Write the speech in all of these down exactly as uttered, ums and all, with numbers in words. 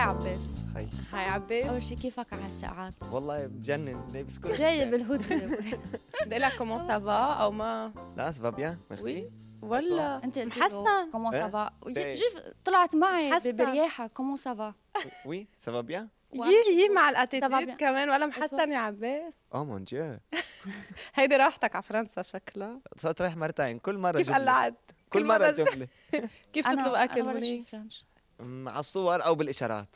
عباس. هاي هاي عباس. أول شي كيفك على هالساعات؟ والله بجنن لابس كل جاي بالهودي. بدي لك كومون سافا او ما؟ لا سافا بيان ميرسي. ولا انت حسنا كومون سافا؟ إيه. جيف طلعت معي حسنا. برياحة كومون سافا؟ وي سافا بيان. يي يي مع سافا الاتيتيود بيان. كمان ولا محسن يا عباس؟ اه مون ديو هيدي راحتك على فرنسا شكلها. صرت رايح مرتين كل مرة كيف جملة قلعت؟ كل مرة جملة كيف تطلب اكل أنا ولا شي هونيك؟ فرنش. مع الصور أو بالإشارات.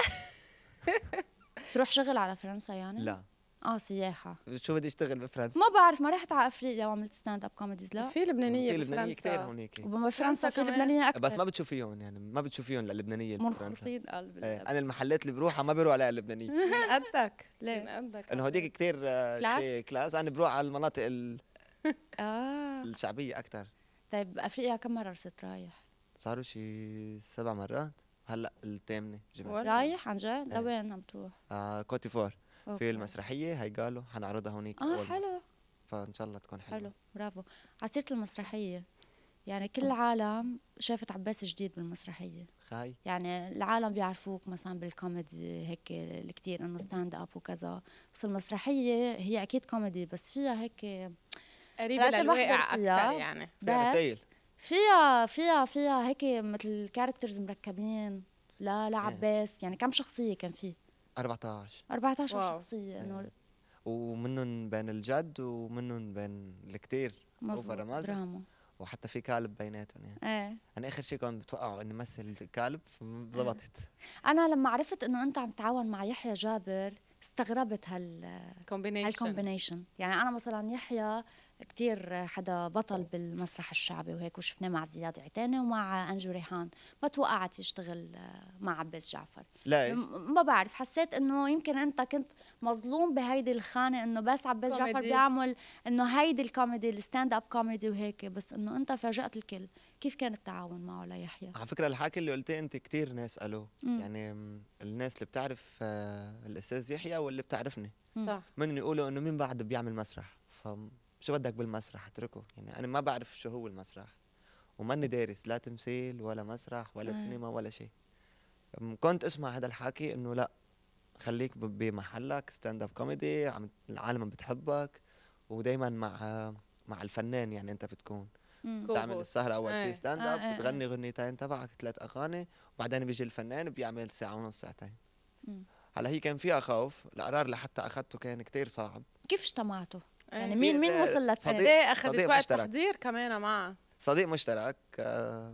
تروح شغل على فرنسا يعني؟ لا اه سياحة. شو بدي أشتغل بفرنسا؟ ما بعرف، ما رحت على افريقيا وعملت ستاند اب كوميديز لا. في لبنانيه في لبنانية كتير بفرنسا. هونيك وبفرنسا في كمان. لبنانية اكثر. بس ما بتشوفيهم يعني ما بتشوفيهم للبنانية بفرنسا. منخرطين قلب إيه، القلب. أنا المحلات اللي بروحها ما بيروح عليها اللبنانية. من قدك ليه؟ من قدك إنه هوديك كتير آه، كلاس؟ كتير كلاس. أنا بروح على المناطق ال- اه الشعبية أكتر. طيب افريقيا كم مرة صرت رايح؟ صاروا شي سبع مرات هلا الثامنة جمعة. ولا. رايح عن جد؟ إيه. لوين عم تروح؟ آه كوتيفوار في أوكي. المسرحية هي قالوا حنعرضها هونيك اه أول مرة. حلو فإن شاء الله تكون حلوة. حلو برافو. على سيرة المسرحية، يعني كل العالم شافت عباس جديد بالمسرحية، خاي يعني العالم بيعرفوك مثلا بالكوميدي هيك الكتير انه ستاند اب وكذا، بس المسرحية هي اكيد كوميدي بس فيها هيك قريبه هلا ما للواقع حضرتيها. اكثر يعني. فيها بس رسايل. فيها فيها فيها هيك مثل كاركترز مركبين. لا لا عباس يعني كم شخصية كان فيه؟ أربعتاشر أربعة عشر واو. شخصية انه ومنهم بين الجد ومنهم بين الكتير مظبوط اوفر مازن دراما. وحتى في كالب بيناتهم يعني. ايه انا اخر شيء كنت بتوقع اني مثل كالب فضبطت. انا لما عرفت انه انت عم تتعاون مع يحيى جابر استغربت هال كومبينيشن. هالكومبينيشن. يعني انا مثلا يحيى كتير حدا بطل بالمسرح الشعبي وهيك، وشفناه مع زياد عتاني ومع انجو ريحان، ما توقعت يشتغل مع عباس جعفر. ليش؟ م- ما بعرف، حسيت انه يمكن انت كنت مظلوم بهيدي الخانه انه بس عباس جعفر كوميدي. بيعمل انه هيدي الكوميدي الستاند اب كوميدي وهيك، بس انه انت فاجأت الكل. كيف كان التعاون معه ليحيى؟ على فكره الحكي اللي قلتيه انت كتير ناس قالوه. مم. يعني م، الناس اللي بتعرف آه، الاستاذ يحيى واللي بتعرفني صح. منهم يقولوا انه مين بعد بيعمل مسرح، فشو بدك بالمسرح اتركه. يعني انا ما بعرف شو هو المسرح وماني دارس لا تمثيل ولا مسرح ولا آه. سينما ولا شيء. م، كنت اسمع هذا الحكي انه لا خليك ب- بمحلك ستاند اب كوميدي، عم العالم بتحبك ودايما مع مع الفنان. يعني انت بتكون مم. كو تعمل بوس. السهرة اول إيه. شيء ستاند آه، اب آه، بتغني غنيتين تبعك ثلاث اغاني وبعدين بيجي الفنان بيعمل ساعة ونص ساعتين. مم. هلا هي كان فيها خوف، القرار لحتى اخذته كان كتير صعب. كيف اجتمعتوا؟ إيه. يعني مين مين وصل لت صديق- ليه اخذت صديق وقت مشترك. تحضير كمان معك؟ صديق مشترك آه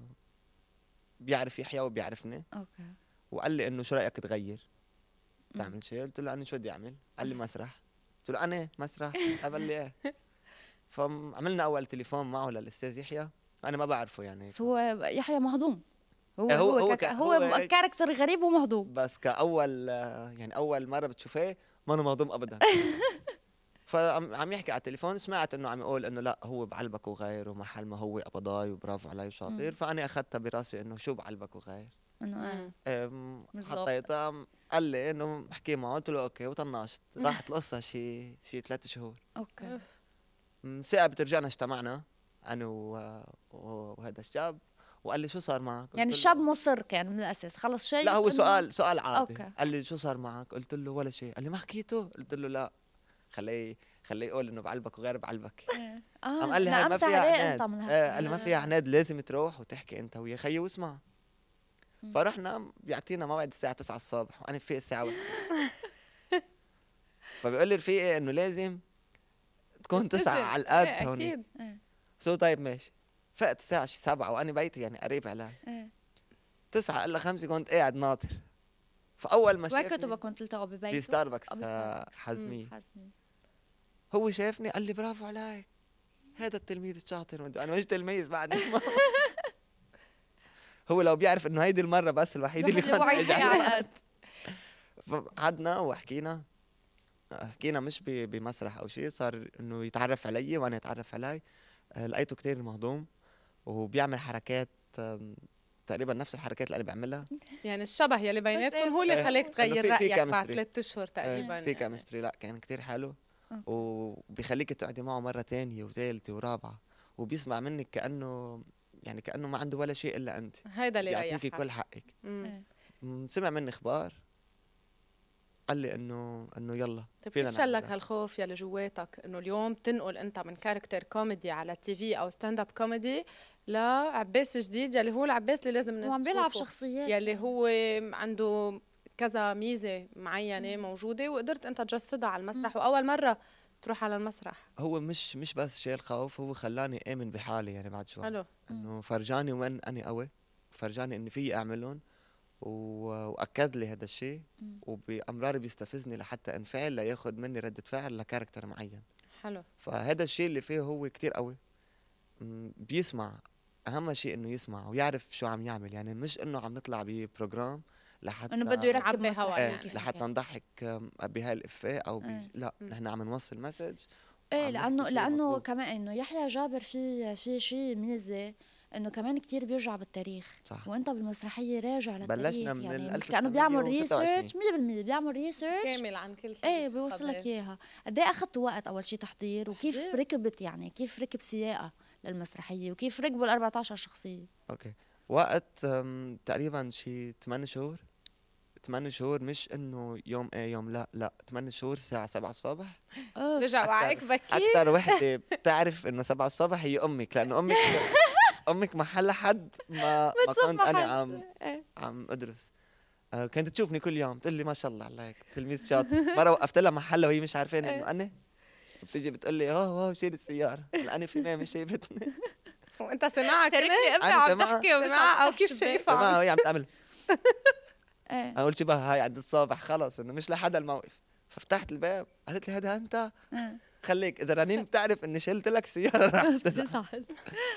بيعرف يحيى وبيعرفني اوكي. وقال لي انه شو رايك تغير تعمل شيء. قلت له انا شو بدي اعمل؟ قال لي مسرح. قلت له انا مسرح؟ قال لي ايه. فعملنا اول تليفون معه للاستاذ يحيى. انا ما بعرفه يعني بس هو يحيى مهضوم. هو إيه، هو- هو هو كك- ك- هو, هو هو هيك. كاركتر غريب ومهضوم. بس كاول آه، يعني اول مره بتشوفيه ما انا مهضوم ابدا. فعم عم يحكي على التليفون سمعت انه عم يقول انه لا هو بعلبك وغير ومحل ما هو قبضاي وبرافو علي وشاطر. فانا اخذتها براسي انه شو بعلبك وغير. انه ايه مم. أم، بالضبط. حطيتها م- قال لي انه احكي معه. قلت له اوكي وطنشت. راحت القصه شي شي ثلاث شهور. اوكي. م، ثاقب رجعنا اجتمعنا انا و- و- وهذا الشاب وقال لي شو صار معك؟ قلت يعني له- الشاب مصر كان من الاساس خلص شيء. لا هو سؤال سؤال عادي. أوكي. قال لي شو صار معك؟ قلت له ولا شيء. قال لي ما حكيته؟ قلت له لا خليه خليه يقول انه بعلبك وغير بعلبك. اه قام قال لي هاي ما فيها عناد. انت من آه، قال لي ما فيها عناد لازم تروح وتحكي انت ويا خيي واسمع. مم. فرحنا بيعطينا موعد الساعة تسعة الصبح وانا في الساعة واحدة. فبيقول لي رفيقي انه لازم تكون تسعة على القد إيه، هون. اكيد. سو طيب ماشي. فقت الساعة شي سبعة وانا بيتي يعني قريب علي. ايه. تسعة الا خمسة كنت قاعد ناطر. فاول ما وين كنتوا شافني كنت تلتقوا ببيته؟ بستاربكس آه، آه، بستاربكس. حزمية. حزمي. هو شافني قال لي برافو عليك هذا التلميذ الشاطر. انا مش تلميذ بعد. هو لو بيعرف انه هيدي المره بس الوحيده اللي كنت وعي اجي على على القد. فقعدنا وحكينا. حكينا مش ب- بمسرح او شيء، صار انه يتعرف علي وانا اتعرف علي. آه، لقيته كتير مهضوم وبيعمل حركات آم، تقريبا نفس الحركات اللي انا بعملها. يعني الشبه يلي بيناتكم هو إيه، اللي خليك إنه تغير في- في رايك بعد chemistry. ثلاث اشهر تقريبا. آه، في يعني. كيمستري. لا كان كتير حلو أوكي. وبيخليك تقعدي معه مره تانية وثالثه ورابعه وبيسمع منك كانه يعني كانه ما عنده ولا شيء الا انت. هيدا اللي بيعطيكي ريحك. كل حقك. مم. إيه. م، سمع مني اخبار قال لي انه انه يلا طيب فينا كيف شلك نعملها. هالخوف يلي جواتك انه اليوم تنقل انت من كاركتر كوميدي على التي في او ستاند اب كوميدي لعباس جديد يلي هو العباس اللي لازم الناس وعم بيلعب تشوفه، شخصيات يلي يعني. هو عنده كذا ميزه معينه موجوده وقدرت انت تجسدها على المسرح، واول مره تروح على المسرح. هو مش مش بس شيء الخوف، هو خلاني امن بحالي يعني بعد شوي. حلو. انه فرجاني وين اني قوي، فرجاني اني فيي اعملهم، و- واكد لي هذا الشيء، وبامرار بيستفزني لحتى انفعل لياخذ مني رده فعل لكاركتر معين. حلو. فهذا الشيء اللي فيه هو كتير قوي. م، بيسمع، اهم شيء انه يسمع ويعرف شو عم يعمل، يعني مش انه عم نطلع ببروجرام لحتى انه بده يركب نعبي مسرح هوا ايه يعني. كيف لحتى حكيت. نضحك أم، بهاي الافيه او بي... إيه. لا، نحن عم نوصل مسج. ايه وعم نحكي لانه شيء لانه مظبوط. كمان انه يحيى جابر في في شيء ميزه انه كمان كتير بيرجع بالتاريخ. صح. وانت بالمسرحيه راجع للتاريخ، بلشنا من يعني ال مثل كانه بيعمل ألف وتسعمية وستة وعشرين. ريسيرش مية بالمية بيعمل ريسيرش كامل عن كل شيء. ايه بيوصل لك اياها. قد ايه اخذتوا وقت اول شيء تحضير، وكيف تحضير. ركبت يعني كيف ركب سياقه للمسرحيه، وكيف ركبوا ال أربعة عشر شخصيه؟ اوكي، وقت أم، تقريبا شي ثمانية شهور. ثمانية شهور، مش انه يوم ايه يوم لا لا، ثمانية شهور الساعة سبعة الصبح. اه رجع وعيك بكير. اكثر وحدة بتعرف انه سبعة الصبح هي امك، لانه امك امك محل حد ما ما كنت انا عم عم ادرس. آه، كانت تشوفني كل يوم تقول لي ما شاء الله عليك تلميذ شاطر. مره وقفت لها محلها وهي مش عارفين انه انا، بتيجي بتقول لي اوه اوه شيل السياره، هلا انا في مين مش شايفتني. وانت سمعها كنت امي أنا عم سمعها. تحكي ومش سمعها عم او كيف تفتح الشباك. شايفها سمعها عم وهي عم تعمل، ايه اقول شبه هاي عند الصبح خلص انه مش لحدا الموقف. ففتحت الباب قالت لي هذا انت؟ إيه. خليك اذا رنين بتعرف اني شلت لك سياره رح تزعل. بتزعل.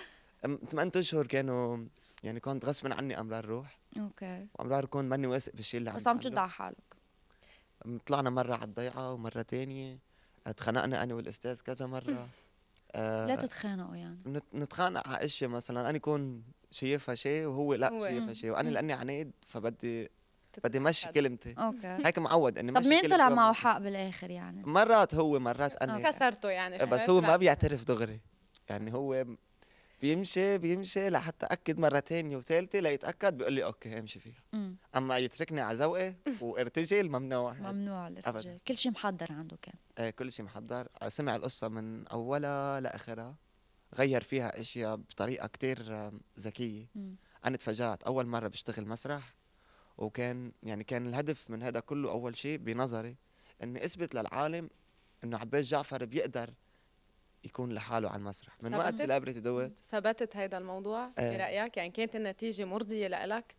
ثمان اشهر كانوا يعني كنت غصبا عني امرار روح، اوكي وامرار كون ماني واثق بالشيء اللي عم بس عم بعمله. تشد على حالك. طلعنا مرة على الضيعة ومرة تانية اتخانقنا أنا والأستاذ كذا مرة. آه لا تتخانقوا يعني. نت- نتخانق على أشياء، مثلا أنا كون شايفها شيء وهو لا هو. شايفها مم. شيء، وأنا مم. لأني عنيد فبدي بدي مشي كلمتي. اوكي هيك معود إني طب مشي مين كلمتي طلع وما- معه حق بالاخر يعني؟ مرات هو مرات أنا. كسرته يعني. بس هو ما بيعترف دغري، يعني هو بيمشي بيمشي لحتى أكد مرة تانية وثالثة ليتأكد بيقول لي أوكي امشي فيها. مم. أما يتركني على ذوقي وارتجل ممنوع. ممنوع أبداً. الارتجال، كل شيء محضر عنده كان. آه، كل شيء محضر. آه، سمع القصة من أولها لآخرها، غير فيها أشياء بطريقة كتير آه، ذكية. مم. أنا تفاجأت أول مرة بشتغل مسرح، وكان يعني كان الهدف من هذا كله أول شيء بنظري إني أثبت للعالم إنه عباس جعفر بيقدر يكون لحاله على المسرح من وقت ثبتت؟ سيلبرتي دوت. ثبتت هيدا الموضوع آه. برأيك؟ يعني كانت النتيجة مرضية لإلك؟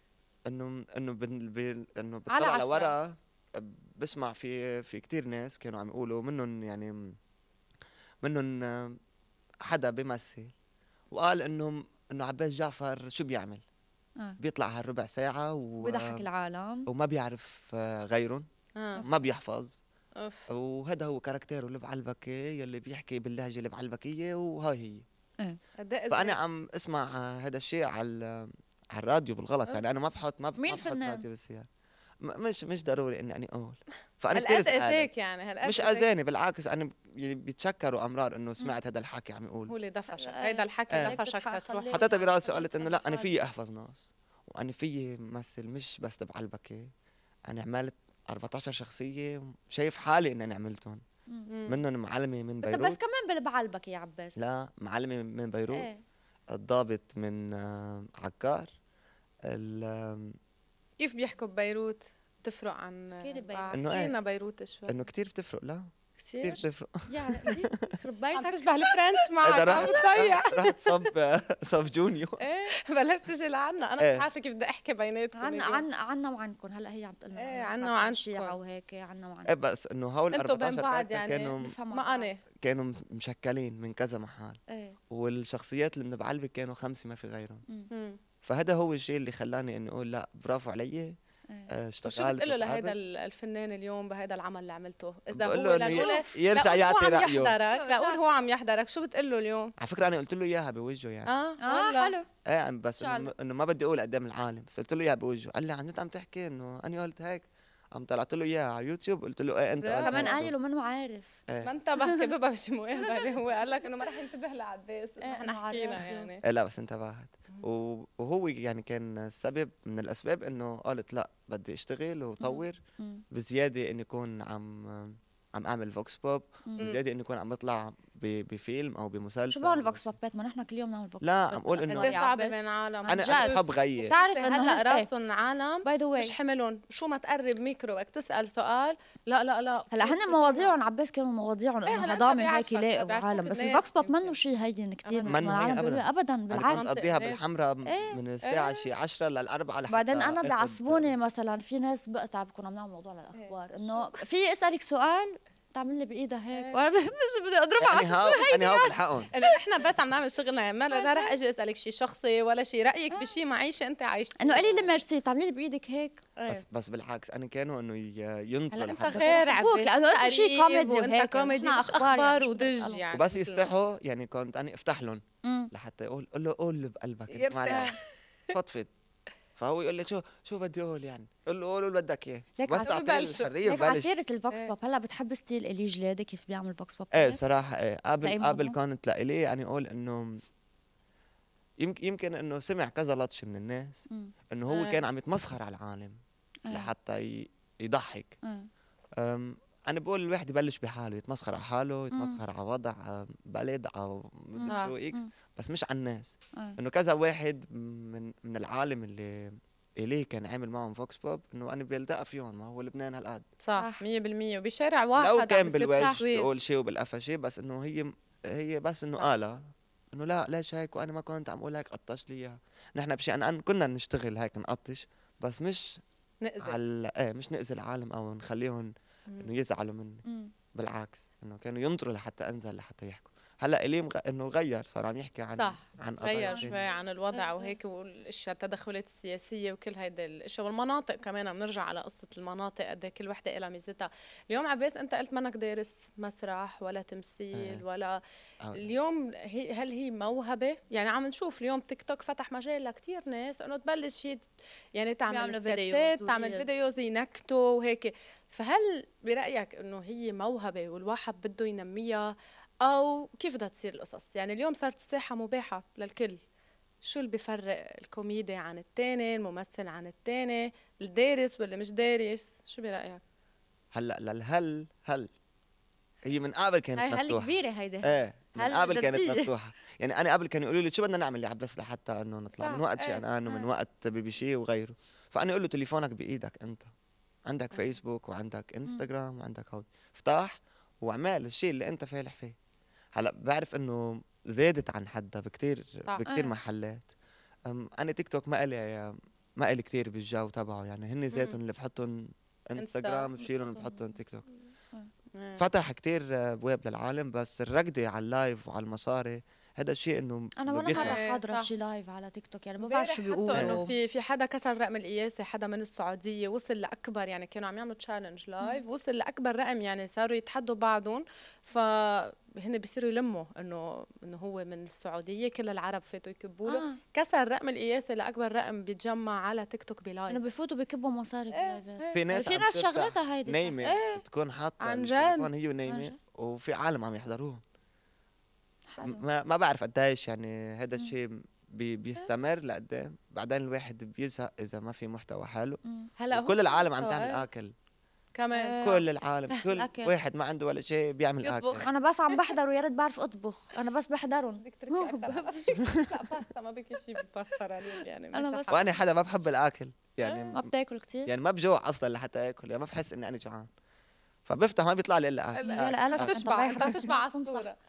إنه إنه بال بال إنه على بطلع عشرة. لورا بسمع في في كتير ناس كانوا عم يقولوا منهم، يعني منهم آه، حدا بيمثل وقال انه انه عباس جعفر شو بيعمل؟ آه. بيطلع هالربع ساعة و... بيضحك العالم. وما بيعرف آه، غيرهم، اه ما بيحفظ، اوف. وهذا هو كاركتيره اللي بعلبكة يلي بيحكي باللهجة اللي بعلبكية، وهاي هي. قد ايه فأنا إذا- عم اسمع آه، هذا الشيء على على الراديو بالغلط، يعني أنا ما بحط ما مين ما بحط فنان؟ راديو بالسيارة. م- مش مش ضروري إني أنا أقول. فأنا كثير هالقد زعلان. اذاك يعني هالقد مش إذاك. أذاني، بالعكس أنا بي- بيتشكروا أمرار إنه سمعت هذا الحكي عم يقول. هو اللي دفشك، آه. هيدا الحكي آه. دفشك تروح. خليك- حطيتها براسي يعني وقلت انه خليك لا انا حالك. فيي احفظ ناس، وانا فيي مثل مش بس بعلبكة. انا عملت أربعة عشر شخصية شايف حالي اني أنا عملتهم، مم. منهم معلمة من بس بيروت. كمان بعلبك يا عباس. لا، معلمة من بيروت، ايه الضابط من آه، عكار. ال- آم، كيف بيحكوا ببيروت؟ تفرق عن كيف ببيروت؟ بعض؟ إنه احكي إيه. لنا بيروت شوي. انه كتير بتفرق. لا كتير كثير بتفرق. يعني يخرب عم بيتك. تشبه الفرنش معك اذا عم رحت تضيع. رحت- رحت صب صب جونيور. ايه بلشت تجي لعنا، انا إيه. مش عارفه كيف بدي احكي بيناتكم عنا اليوم. عنا عنا وعنكم. هلا هي عم تقول لنا إيه، عنا عنا وعنكم وعنكم. شيعة وهيك. عنا وعنكم. ايه بس انه هول انتوا أربعة بين عشر بعض كاركتر يعني كانوا نفهم ما انا كانوا مشكلين من كذا محل، ايه والشخصيات اللي من بعلبك كانوا خمسة ما في غيرهم. مم. فهذا هو الشيء اللي خلاني اني اقول لا برافو علي. ايه آه، طب شو اشتغلت بتقول له لهيدا وتعبت. ال- الفنان اليوم بهيدا العمل اللي عملته؟ اذا بقول هو له إنه ي- لنقول يرجع لقول هو يعطي عم رأيه. يحضرك، شو لقول رجعت؟ هو عم يحضرك، شو بتقول له اليوم؟ على فكره انا قلت له اياها بوجهه يعني. اه اه والله. حلو. ايه عم- بس شو قال؟ انه انه ما بدي اقول قدام العالم، بس قلت له اياها بوجهه. قال لي عن جد عم تحكي؟ انه انا قلت هيك؟ قام طلعت له اياها على يوتيوب، قلت له ايه انت برافو. قلت كمان هيك. قايل ومنه عارف. إيه. ما انتبه كبيبه مش مقابله، هو قال لك انه ما رح ينتبه لعباس، إيه، نحن إنه على حكينا الراديو. يعني. إيه لا بس انتبهت. و- وهو يعني كان السبب من الاسباب انه قالت لا بدي اشتغل وطور مم. بزياده اني اكون عم عم اعمل فوكس بوب، مم. بزياده اني اكون عم بطلع ب- بفيلم او بمسلسل. شو بعمل فوكس بوبات؟ ما نحن كل يوم نعمل فوكس لا بوبات عم اقول بالأخبار انه قديش يا صعبه عباس. بين عالم عن انا جد. انا بحب غير. بتعرف انه انه هلا هن- راسهم عالم باي ذا واي مش حملهم، شو ما تقرب ميكرو بدك تسال سؤال، لا لا لا هلا هن مواضيعهم عباس كانوا مواضيعهم إيه، انه هلا هضامي أنت وهيك بيعرفك، يلاقوا بيعرفوك عالم، بس الناس الفوكس بوب يمكن. منه شيء هيدي كثير أبداً. مثل منه ما العالم هين بيقولوا ابدا. ابدا انا كنت بالعكس. اقضيها الناس. بالحمراء إيه. من الساعه شي عشرة للأربعة لحتى بعدين انا آخد- بيعصبوني مثلا في ناس بقطع بكون عم نعمل موضوع للاخبار انه في اسالك سؤال تعمل لي بايدها هيك إيه. وانا مش بدي اضربها يعني عشان هاو يعني هاو بالحقهم. انه احنا بس عم نعمل شغلنا، يعني ما لا رح اجي اسالك شيء شخصي ولا شيء، رايك بشيء معيشه انت عايشتي انه قولي لي ميرسي بتعملي لي بايدك هيك. بس بس بالعكس انا كانوا انه ي- ينطروا هلا انت لحتى غير بحبوك عباس، لأنه أنت شي قريب كوميدي وانت وهيك، كوميدي نحن مش أخبار يعني، اخبار شو بدي ودج أسأله؟ يعني. وبس مثل- يستحوا يعني كنت انا افتح لهم امم لحتى يقول قول له قول اللي بقلبك انت يرتاح. معلش فضفض. فهو يقول لي شو شو بدي اقول يعني، قول له قول اللي بدك اياه ليك بس عس- تعطيه ببلشوا. الحريه ليك على ببلش. سيرة الفوكس إيه. بوب، هلا بتحب ستيل إلي جلادة كيف بيعمل فوكس بوب؟ ايه صراحه ايه قبل تلاقيه قبل موهوم؟ كانت لإلي يعني اقول انه يمكن يمكن انه سمع كذا لطش من الناس مم. انه هو إيه. كان عم يتمسخر على العالم إيه. لحتى ي- يضحك. إيه. أم، انا بقول الواحد يبلش بحاله، يتمسخر على حاله، يتمسخر على وضع على بلد على مدري آه. شو اكس، مم. بس مش على الناس. إيه. انه كذا واحد من من العالم اللي إليه كان عامل معهم فوكس بوب انه انا بيلتقى فيهم، ما هو لبنان هالقد صح صح. مية بالمية وبشارع واحد لو عم كان بيصير بالوجه تصوير. تقول شيء وبالقفا شيء، بس انه هي هي بس انه صح. قالها انه لا ليش هيك وانا ما كنت عم اقول هيك قطش لي اياها. نحن بشيء أنا كنا نشتغل هيك نقطش بس مش نأذي. على ايه مش نأذي العالم او نخليهم انه يزعلوا مني. مم. بالعكس انه كانوا ينطروا لحتى انزل لحتى يحكوا. هلا الي مغ... انه غير صار عم يحكي عن صح. عن قضايا غير تانية. شوي عن الوضع وهيك والاشياء التدخلات السياسيه وكل هيدا الاشياء والمناطق كمان. بنرجع على قصه المناطق قد إيه كل وحده لها ميزتها. اليوم عباس انت قلت منك دارس مسرح ولا تمثيل إيه. ولا أو- اليوم هي هل هي موهبه؟ يعني عم نشوف اليوم تيك توك فتح مجال لكثير ناس انه تبلش هي يعني تعمل بيعملوا سكتشات، فيديوز تعمل وريلز. فيديوز ينكتوا وهيك. فهل برايك انه هي موهبه والواحد بده ينميها او كيف بدها تصير القصص؟ يعني اليوم صارت الساحه مباحه للكل. شو اللي بيفرق الكوميدي عن التاني، الممثل عن التاني، الدارس ولا مش دارس؟ شو برايك؟ هلا للهل هل هي من قبل كانت هاي هل مفتوحه. كبيرة هيدي. ايه من هل قبل كانت جدية. مفتوحه. يعني انا قبل كانوا يقولوا لي شو بدنا نعمل يا عباس لحتى انه نطلع صح، من وقت إيه، شيئان ومن إيه. وقت بيبي شي وغيره. فانا اقول له تليفونك بايدك انت، عندك فيسبوك وعندك انستغرام وعندك هود، افتح واعمل الشيء اللي انت فالح فيه. هلا بعرف انه زادت عن حدها بكتير صح. بكتير إيه. محلات. أم، انا تيك توك ما إلي ما إلي كتير بالجو تبعه، يعني هن ذاتهم اللي بحطهم انستغرام بشيلهم بحطهم تيك توك. إيه. فتح كتير ابواب للعالم، بس الركضه على اللايف وعلى المصاري هذا الشيء انه انا إنه ولا بيخلق- مرة إيه، حاضرة صح. شي لايف على تيك توك، يعني ما بعرف شو امبارح حطوا انه بيقولوا. في في حدا كسر الرقم القياسي، حدا من السعوديه وصل لاكبر، يعني كانوا عم يعملوا تشالنج لايف وصل لاكبر رقم، يعني صاروا يتحدوا بعضهم. فهن بيصيروا يلموا انه انه هو من السعوديه، كل العرب فاتوا يكبوا له. آه. كسر الرقم القياسي لاكبر رقم بيتجمع على تيك توك انه بلايف. بيفوتوا بيكبوا مصاري باللايفات. في ناس في عم ناس تفتح شغلتها هيدي. نايمه إيه. تكون حاطه عن جد. التليفون هي عن ونايمه جد. وفي عالم عم يحضروهم. حلو. ما ما بعرف قديش يعني هذا الشيء بي بيستمر لقدام. بعدين الواحد بيزهق اذا ما في محتوى حلو. مم. هلا كل هو العالم عم محتوى، تعمل إيه. اكل، كمان إيه. كل العالم كل الأكل. واحد ما عنده ولا شيء بيعمل يطبخ. اكل. انا بس عم بحضر ويا ريت بعرف اطبخ، انا بس بحضرهم. بدك تركي اكثر على نفسك. لا باستا، ما بكي شيء بالباستا راليل يعني. أنا مش بس- حق. وانا حدا ما بحب الاكل يعني ما بتاكل كتير؟ يعني ما بجوع اصلا لحتى اكل، يعني ما بحس اني انا جوعان، فبفتح ما بيطلع لي الا اكل. لا، يا لقلبك، بدك أنت تشبع، بايخ انت راسك، تشبع على تنصح. الصوره.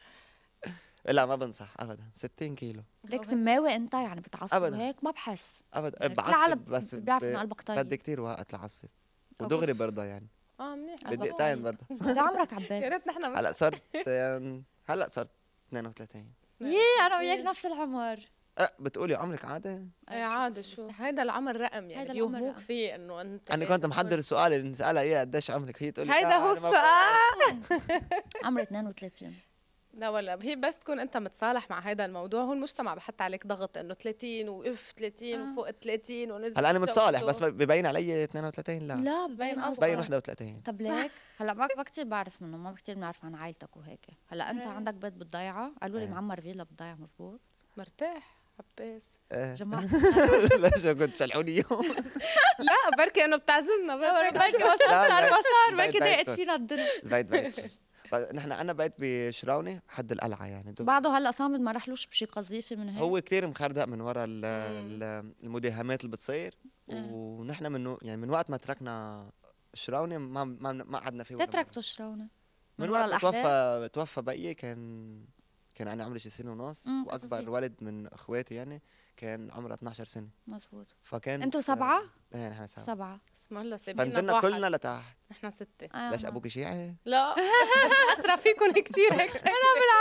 لا ما بنصح ابدا. ستين كيلو ليك سماوي انت، يعني بتعصب أبداً. وهيك ما بحس. ابدا يعني كل بعصب العالم بس بيعرفوا ب- انه قلبك طيب. بدي كتير وقت لعصب ودغري برضه يعني اه منيح. قلبك بدقيقتين طيب. برضه. قد عمرك يا عباس؟ ريت نحن هلا صرت يعني هلا صرت اثنين وثلاثين. يي انا وياك نفس العمر. أه بتقولي عمرك عادي؟ ايه عادي، شو هيدا العمر رقم، يعني هيدا العمر بيوهموك رقم. فيه انه انت انا كنت محضر السؤال اللي نسالها اياه قديش عمرك، هي تقولي هيدا آه هو أنا ما السؤال. عمري اثنين وثلاثين. لا ولا هي بس تكون انت متصالح مع هذا الموضوع، هو المجتمع بحط عليك ضغط انه ثلاثين واف ثلاثين آه. وفوق ثلاثين ونزل هلا انا متصالح بس جوزه. ببين علي اثنين وثلاثين. لا لا بين ببين أصغر. ببين اصغر. واحد وثلاثين. طب ليك هلا ما ما كثير بعرف منه، ما كثير بنعرف عن عائلتك وهيك. هلا انت إيه. عندك بيت بالضيعه، قالوا لي إيه. معمر فيلا بالضيعه، مزبوط؟ مرتاح عباس. إيه. جماعة لا شو كنت شلحوني اياهم. لا بركي انه بتعزمنا بركي. بركي وصلت لا، لا. صار مسار، بعد- بركي بعد ضاقت كنت. فينا الدنيا. البيت بيت بس نحن انا بيت بشراوني حد القلعه يعني دو. بعده هلا صامد ما رحلوش بشي قذيفه من هيك؟ هو كتير مخردق من ورا ال- ال- المداهمات اللي بتصير، إيه. ونحن من يعني من وقت ما تركنا الشراوني ما ما ما قعدنا فيه ليه ولا مرة. تركتوا الشراونه؟ من ورا وقت ما الأحداث؟ توفى توفى بيي كان كان انا عمري شي سنه ونص، أمم، واكبر قصدي. ولد من اخواتي يعني كان عمره اثنعش سنه، مزبوط. فكان انتوا سبعه؟ ايه نحن سبعه. سبعه. اسم الله سايبيننا فنزلنا بواحد. كلنا لتحت. نحن ستة. آه ليش ما- ابوك شيعي؟ لا اسرع فيكم كثير هيك شكلي.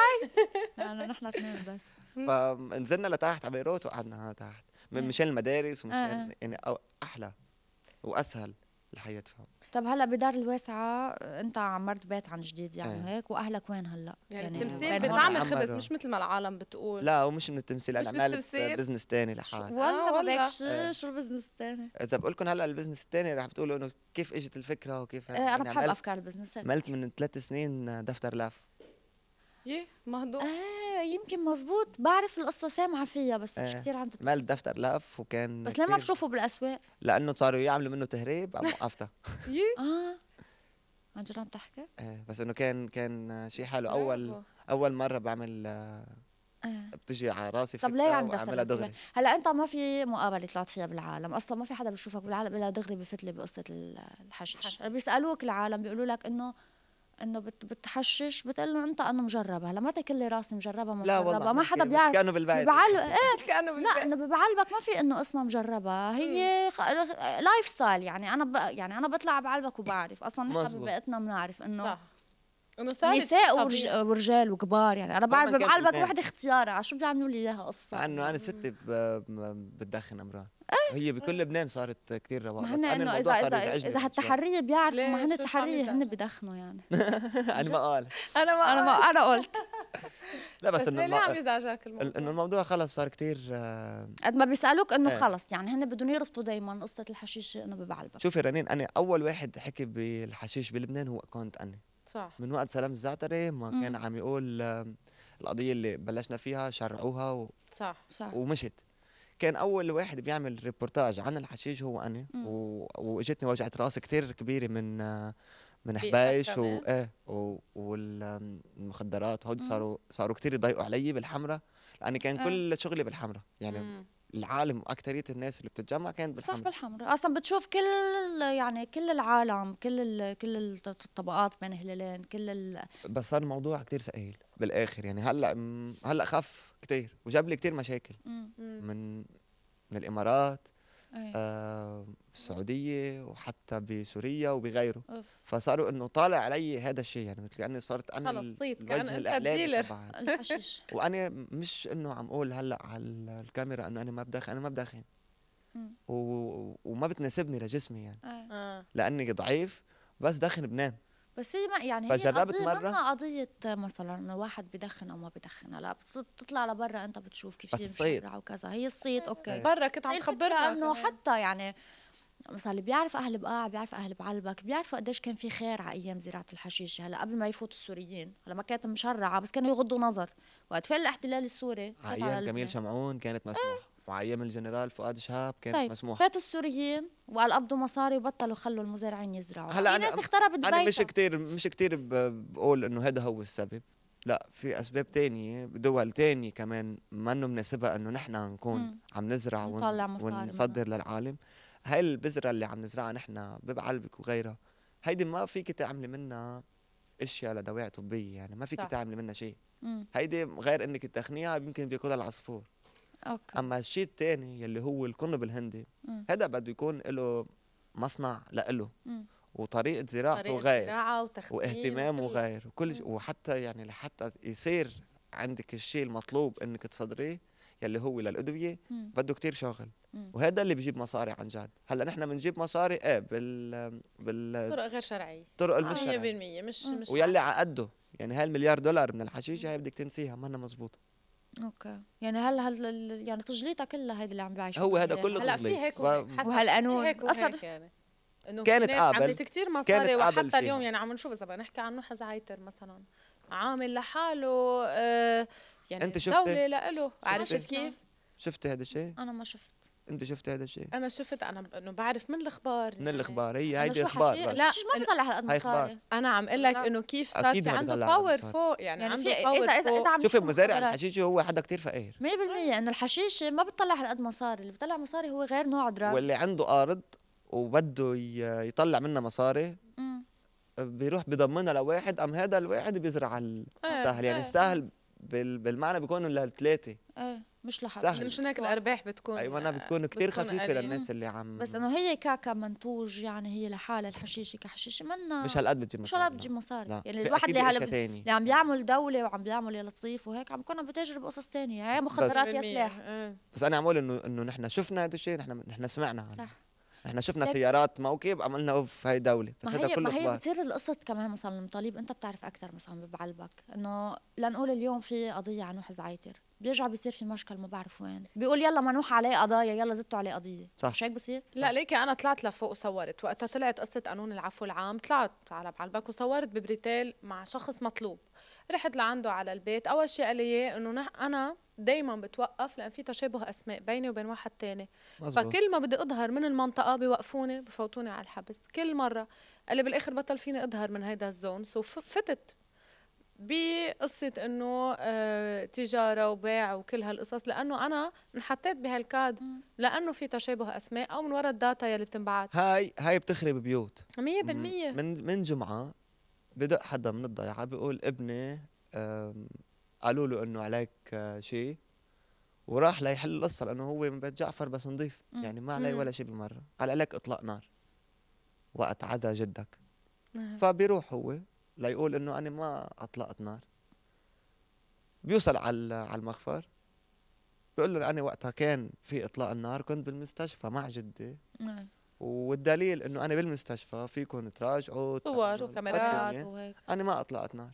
لا نحن اثنين بس. فنزلنا لتحت على بيروت وقعدنا تحت من إيه. مشان المدارس آه، ومشان يعني أو- احلى واسهل الحياه. فهم طب هلا بدار الواسعه انت عمرت بيت عن جديد يعني إيه. وهيك، واهلك وين هلا؟ يعني يعني التمثيل وين هون؟ بتعمل عمرو. خبز مش مثل ما العالم بتقول. لا ومش من التمثيل، مش انا عملت بالتمثيل؟ بزنس تاني لحالي. والله آه، ما والله. بدك شو إيه. شو البزنس الثاني؟ اذا بقول لكم هلا البزنس التاني رح بتقولوا انه كيف اجت الفكره وكيف ايه انا يعني بحب عملت افكار البزنس هيك. عملت من ثلاث سنين دفتر لاف. يه مهضوم. ايه يمكن مزبوط، بعرف القصه سامعه فيها بس مش إيه. كثير عم تت- عملت دفتر لاف وكان بس ليه ما كتير- بشوفه بالاسواق؟ لانه صاروا يعملوا منه تهريب عم وقفتها. يه اه عن جد عم تحكي؟ إيه، بس انه كان كان شيء حلو. اول برافو. اول مره بعمل آه، ايه. بتجي على راسي طب فكره ليه عم واعملها دفتر؟ دغري. هلا انت ما في مقابله طلعت فيها بالعالم، اصلا ما في حدا بيشوفك بالعالم الا دغري بفتلي بقصه ال- الحشيش. الحشيش. بيسالوك العالم بيقولوا لك انه انه بت بتحشش، بتقول له انت انه مجربه. هلا ما تاكل لي راسي مجربه ما لا مجربه، والله ما بنحكي حدا بس بيعرف. كانوا بالبيت. بعل... ايه كانوا لا بالبيت. انه بعلبك ما في انه اسمها مجربه، هي خ... لايف ستايل يعني. انا ب... يعني انا بطلع بعلبك وبعرف اصلا نحن مزبوط. ببيئتنا بنعرف انه صح انه صار نساء ورج... ورجال وكبار يعني. انا بعرف كان بعلبك بالبيت. وحده اختيارها على شو بيعملوا لي اياها قصه. انه انا ستي ب- ب- بتدخن امراه. هي بكل لبنان صارت كثير رواق، ما بس هن انا انه الموضوع اذا صار اذا يزعجني اذا شوي. هالتحريه بيعرفوا، ليه؟ ما هن شو- شو عم التحريه هن يزعج؟ بدخنوا يعني. انا ما قال. انا ما انا ما انا قلت لا بس بس انه ليه عم الم- يزعجك ال- الموضوع؟ انه الموضوع خلص صار كثير. قد ما بيسالوك انه إيه. خلص يعني هن بدهم يربطوا دائما قصه الحشيش انه ببعلبك. شوفي رنين، انا اول واحد حكي بالحشيش بلبنان هو كنت انا. صح من وقت سلام الزعتري ما كان مم. عم يقول آم، القضيه اللي بلشنا فيها شرعوها و- صح صح. ومشت. كان اول واحد بيعمل ريبورتاج عن الحشيش هو انا، مم. و... واجتني وجعه راس كتير كبيره من آه، من بيئتك حبايش و... كمان. ايه والمخدرات وهودي مم. صاروا صاروا كتير يضايقوا علي بالحمرة، لاني كان آه. كل شغلي بالحمرة يعني. مم. العالم واكتريه الناس اللي بتتجمع كانت صح بالحمرة. بالحمراء اصلا بتشوف كل يعني كل العالم، كل ال... كل الط- الطبقات بين هلالين، كل ال... بس صار الموضوع كتير ثقيل بالاخر يعني. هلا م- هلا خف كتير وجاب لي كتير مشاكل مم. مم. من من الامارات، ايه. آه السعوديه وحتى بسوريا وبغيره. أوف. فصاروا انه طالع علي هذا الشيء يعني، مثل كاني صرت انا خلص ال- صيت، كأن الوجه أنت الاعلامي الديلر. تبع. الحشيش. وانا مش انه عم اقول هلا على ال- الكاميرا انه انا ما بدخن، انا ما بدخن مم. و... وما بتناسبني لجسمي يعني، ايه. اه لاني ضعيف بس دخن بنام. بس هي ما يعني هي فجربت قضية مرة. منا قضية مثلا انه واحد بدخن او ما بدخن. هلا بت- بتطلع لبرا انت بتشوف كيف بس الصيت. مشرع وكذا، هي الصيت اوكي. إيه. برا كنت عم هي الفكرة تخبرنا انه كمان. حتى يعني مثلا اللي بيعرف اهل بقاع، بيعرف اهل بعلبك، بيعرفوا قديش كان في خير على ايام زراعه الحشيش. هلا قبل ما يفوتوا السوريين، هلا ما كانت مشرعه بس كانوا يغضوا نظر. وقت فعل الاحتلال السوري فات على على ايام جميل لبنان. شمعون كانت مسموح، وعلى ايام الجنرال فؤاد شهاب كانت طيب مسموح. فاتوا السوريين وقال قبضوا مصاري وبطلوا خلوا المزارعين يزرعوا. هلا في أنا- ناس اختربت انا مش بيتها. كتير مش كتير ب- بقول انه هذا هو السبب. لا، في اسباب تانية بدول تانية كمان منه مناسبها انه نحن نكون مم. عم نزرع ون... نطلع مصاري ونصدر للعالم. هاي البذرة اللي عم نزرعها نحن ببعلبك وغيرها، هيدي ما فيك تعملي منها اشياء لدواعي طبية يعني، ما فيك صح. تعملي منها شيء. مم. هيدي غير انك تدخنيها يمكن بياكلها العصفور. اوكي. اما الشيء الثاني يلي هو القنب الهندي، مم. هذا بده يكون له مصنع لإله مم. وطريقة زراعته طريقة غير زراعة وتخزين واهتمام وكل- وغير وكل ش... مم. وحتى يعني لحتى يصير عندك الشيء المطلوب انك تصدريه يلي هو للأدوية مم. بده كتير شغل، مم. وهذا اللي بيجيب مصاري عن جد. هلا نحن بنجيب مصاري ايه بال بالطرق طرق غير شرعيه المش مية شرعية، بالمية مش مم. مش ويلي عادي. على قده. يعني هاي المليار دولار من الحشيشه هاي بدك تنسيها، ما مزبوطه. اوكي، يعني هل هل ال- يعني تجليطها كلها هيدي اللي عم بيعيشوا هو فيها هذا يعني. كله هلا في تجليط. هيك ف... وهيك حسب، في وهالقانون هيك أصلاً وهيك يعني انه في كانت ناس قابل- عملت كتير كانت مصاري، قابل وحتى اليوم فيها. يعني عم نشوف اذا بدنا نحكي عن نحس عايتر مثلا عامل لحاله آه يعني انت شفتي دولة لإله، عرفت شفتي؟ كيف؟ شفتي هذا الشيء؟ انا ما شفت. انت شفتي هذا الشيء؟ انا شفت، انا ب- انه بعرف من الاخبار من يعني. الاخبار، هي انا هيدي شو اخبار حكي؟ بس. لا، لا مش ما بيطلع هالقد هاي إخبار. مصاري. انا عم اقول لك لا. انه كيف صار أكيد في ما عنده بيطلع على باور المصاري. فوق، يعني, يعني عنده في باور اذا اذا فوق. اذا عم شوفي نشوف مزارع مخدرات الحشيشه هو حدا كتير فقير، مية بالمية انه الحشيش ما بتطلع هالقد مصاري، اللي بيطلع مصاري هو غير نوع دراجز. واللي عنده ارض وبده ي- يطلع منها مصاري مم. بيروح بضمنها لواحد، ام هذا الواحد بيزرع إيه، السهل. يعني إيه. السهل بال- بالمعنى بيكونوا للثلاثه ايه مش لحق سهل. مشان هيك الارباح بتكون ايوه انا بتكون كتير بتكون خفيفه قليلة. للناس اللي عم بس انه هي كاكا منتوج، يعني هي لحالها الحشيشه كحشيشه منا مش هالقد بتجيب مش مصاري. هالقد بتجيب مصاري. لا. يعني في الواحد أكيد اللي هلا أشياء بد- تانية. اللي عم بيعمل دوله وعم بيعمل يلا تصيف وهيك عم بيكون عم بتاجر بقصص تانية، يا مخدرات يا بالمية. سلاح. إيه. بس انا عم اقول انه انه نحن شفنا هذا الشيء، نحن نحن سمعنا عنه. صح. نحن شفنا ليك- سيارات موكب عملنا اوف هاي دوله، بس ما هذا هي كله ما هي اخبار. بتصير القصة كمان مثلا المطالب، انت بتعرف اكثر مثلا بعلبك انه لنقول اليوم في قضية عن نوح زعيتر، بيرجع بيصير في مشكل ما بعرف وين، بيقول يلا منوح عليه قضايا، يلا زدتوا عليه قضية. صح. مش هيك بصير؟ لا ليكي انا طلعت لفوق وصورت وقتها طلعت قصه قانون العفو العام، طلعت على بعلبك وصورت ببريتيل مع شخص مطلوب. رحت لعنده على البيت، اول شيء قال لي إياه انه نح- انا دايما بتوقف لان في تشابه اسماء بيني وبين واحد تاني، مزبوط. فكل ما بدي اظهر من المنطقه بيوقفوني بفوتوني على الحبس كل مره. قال لي بالاخر بطل فيني اظهر من هيدا الزون، سو ف- فتت بقصة انه آه تجارة وبيع وكل هالقصص، لانه انا انحطيت بهالكاد مم. لانه في تشابه اسماء او من وراء الداتا يلي بتنبعت. هاي هاي بتخرب بيوت. مية م- بالمية. من من جمعه بدق حدا من الضيعه بيقول ابني آم، قالوا له انه عليك آه، شيء، وراح ليحل القصه لانه هو من بيت جعفر بس نضيف، مم. يعني ما عليه مم. ولا شيء بالمره. قال عليك اطلاق نار وقت عزا جدك. نعم. فبيروح هو ليقول انه انا ما اطلقت نار. بيوصل على على المخفر، بيقول له انا وقتها كان في اطلاق النار كنت بالمستشفى مع جدي، نعم. والدليل انه انا بالمستشفى فيكم تراجعوا صور تعملوا وكاميرات. الدنيا. وهيك. انا ما اطلقت نار.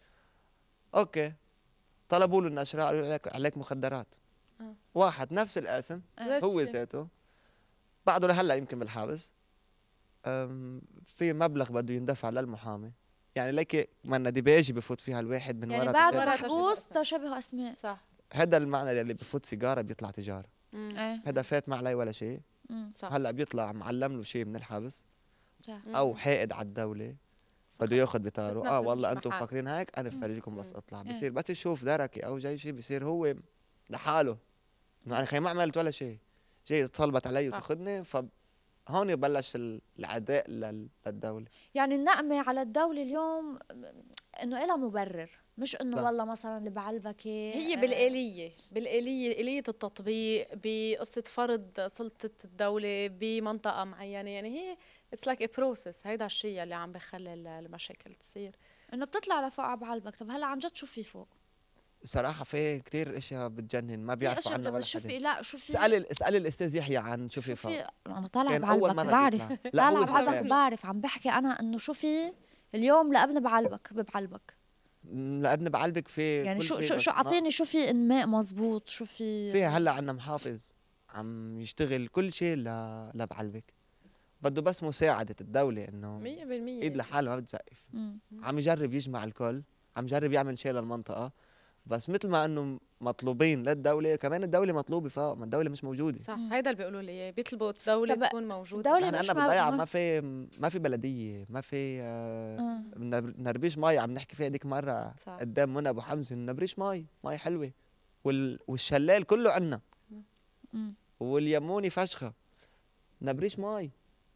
اوكي، طلبوا له النشره قالوا له عليك عليك مخدرات. آه. واحد نفس الاسم آه. هو الشي. ذاته بعده لهلا يمكن بالحابس. أم، في مبلغ بده يندفع للمحامي، يعني ليك منا ديباجي بفوت فيها الواحد من يعني وراء بعد تجارة. ورا محبوس تشابه تشابه اسماء. صح. هذا المعنى اللي بفوت سيجاره بيطلع تجاره. مم. ايه. هذا فات ما عليه ولا شيء، مم. صح. هلا بيطلع معلم له شيء من الحبس صح. مم. او حائد على الدوله بده ياخذ بتاره. اه بتنفذ والله مش انتم محال. فاكرين هيك، انا مم. بفرجيكم بس مم. اطلع. إيه. بصير بس يشوف دركي او جاي شيء بصير هو لحاله انه انا خي ما عملت ولا شيء، جاي تصلبت علي صح. وتاخذني. فهون بلش العداء لل- للدوله. يعني النقمة على الدولة اليوم انه إلها مبرر، مش انه لا. والله مثلا اللي بعلبك هي بالآلية، بالآلية، آلية التطبيق بقصة فرض سلطة الدولة بمنطقة معينة، يعني هي اتس لايك ا بروسس. هيدا الشيء اللي عم بخلي ال- المشاكل تصير. انه بتطلع لفوق على بعلبك. طب هلا عن جد شو في فوق؟ صراحه في كتير اشياء بتجنن ما في بيعرفوا اشياء عنها ولا بس شو حدا. في؟ لا شو في؟ اسالي اسالي الاستاذ يحيى عن شو في شو فوق. في؟ انا طالع كان أول بعلبك مرة بعرف. بيطلع. لا، هو طالع بعلبك شفاف. بعرف. عم بحكي انا انه شو في اليوم لابن بعلبك ببعلبك. م، لابن بعلبك في يعني كل شو شيء شو بس شو ما- اعطيني شو في انماء مزبوط، شو في؟ في هلا عنا محافظ عم يشتغل كل شيء ل... لبعلبك، بده بس مساعدة الدولة انه مية بالمية. ايد لحالها ما بتزقف. مم. عم يجرب يجمع الكل، عم يجرب يعمل شيء للمنطقة، بس مثل ما انه مطلوبين للدولة كمان الدولة مطلوبة فوق، ما الدولة مش موجودة. صح. مم. هيدا اللي بيقولوا لي إياه، بيطلبوا الدولة طب تكون موجودة. الدولة نحن مش عنا ما- بالضيعة ما- ما في ما في بلدية، ما في آه آه. نر- نربيش مي. عم نحكي فيها ديك مرة صح. قدام منى ابو حمزة، نربيش مي، مي حلوة. وال... والشلال كله عنا، مم. واليموني فشخة، نبريش مي.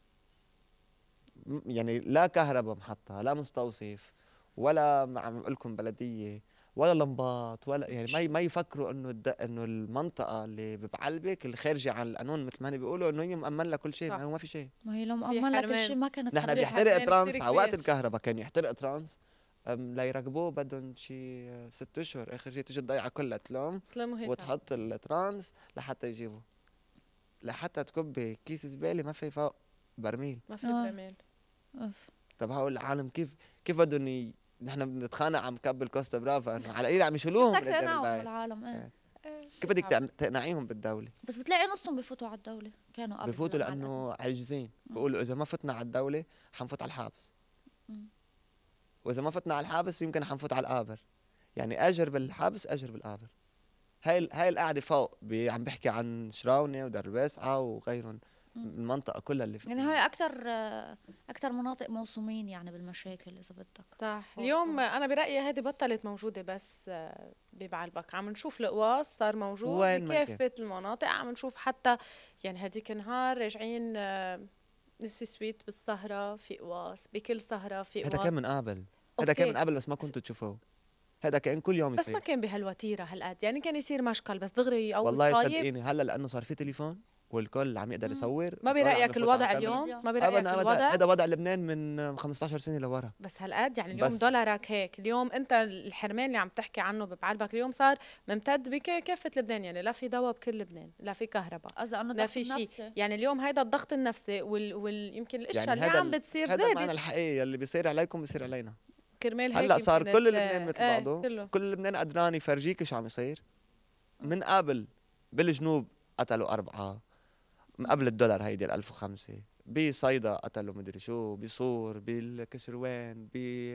م- يعني لا كهرباء محطة، لا مستوصف، ولا م- عم اقول لكم بلدية، ولا لمبات، ولا يعني ما ي- ما يفكروا انه الد... انه المنطقة اللي ببعلبك اللي خارجة عن القانون مثل ما هن بيقولوا انه هي مأمن لها كل شيء. صح. ما هو ما في شيء. ما هي لو في مأمن لك حرمان. الشيء ما كانت نحن خليها. بيحترق حرمان ترانس كتير على وقت كبير. الكهرباء كان يحترق ترانس أم ليراقبوه بدهم شي ست اشهر، اخر شي تيجي تضيع كلها تلوم تلموا هيك وتحط الترانس لحتى يجيبوا، لحتى تكبي كيس زباله ما في فوق برميل. ما في آه. برميل. أوف. طب هقول العالم كيف كيف بدهم ي... نحن بنتخانق عم كب الكوستا برافا انه على ايه عم يشيلوهم بدك من قدام تقنعهم البيت. العالم ايه. إيه. كيف بدك تقن- تقنعيهم بالدوله؟ بس بتلاقي نصهم بفوتوا على الدولة، كانوا قبل بفوتوا هلا مع الأزمة. لانه عاجزين، بيقولوا اذا ما فتنا على الدوله حنفوت على الحابس، مم. واذا ما فتنا على الحابس يمكن حنفوت على القابر، يعني اجر بالحبس اجر بالقابر. هاي ال- هاي القعده فوق بي عم بحكي عن شراونه ودرباسعه وغيرهم، مم. المنطقه كلها اللي يعني هاي أكتر أكتر مناطق موسومين يعني بالمشاكل إذا بدك. صح. هو- اليوم هو. انا برايي هذه بطلت موجوده بس آه، ببعلبك، عم نشوف القواص صار موجود وين ما كان. بكافه المناطق، عم نشوف حتى يعني هديك النهار راجعين آه، السويت بالسهره في قواص، بكل سهره في هذا قواص. كان من قبل، هذا كان أوكي. من قبل بس ما كنتوا تشوفوه، هذا كان كل يوم بس ما يصير. كان بهالوتيره هالقد، يعني كان يصير مشكل بس دغري او والله صايب. صدقيني هلا لانه صار في تليفون والكل عم يقدر مم. يصور، ما والكل عم برايك يفوت على الوضع الكاميرا. اليوم؟ ما برايك ابدا ابدا، الوضع؟ هذا وضع لبنان من خمسة عشر سنه لورا. بس هالقد يعني اليوم بس دولارك هيك، اليوم انت الحرمان اللي عم تحكي عنه ببعلبك اليوم صار ممتد بكافه لبنان، يعني لا في دواء بكل لبنان، لا في كهرباء، قصدي انه لا ضغط في شيء. النفسي. يعني اليوم هيدا الضغط النفسي وال... وال... يمكن الاشياء يعني اللي هذا عم ال- بتصير هذا المعنى زادت الحقيقي اللي بيصير عليكم بيصير علينا. كرمال هيك هلا صار يمكن كل ال- لبنان مثل ايه بعضه، كله. كل لبنان قدران يفرجيك شو عم يصير. من قبل بالجنوب قتلوا أربعة، من قبل الدولار هيدي ال ألف وخمسة، بصيدا قتلوا مدري شو، بصور، بالكسروان،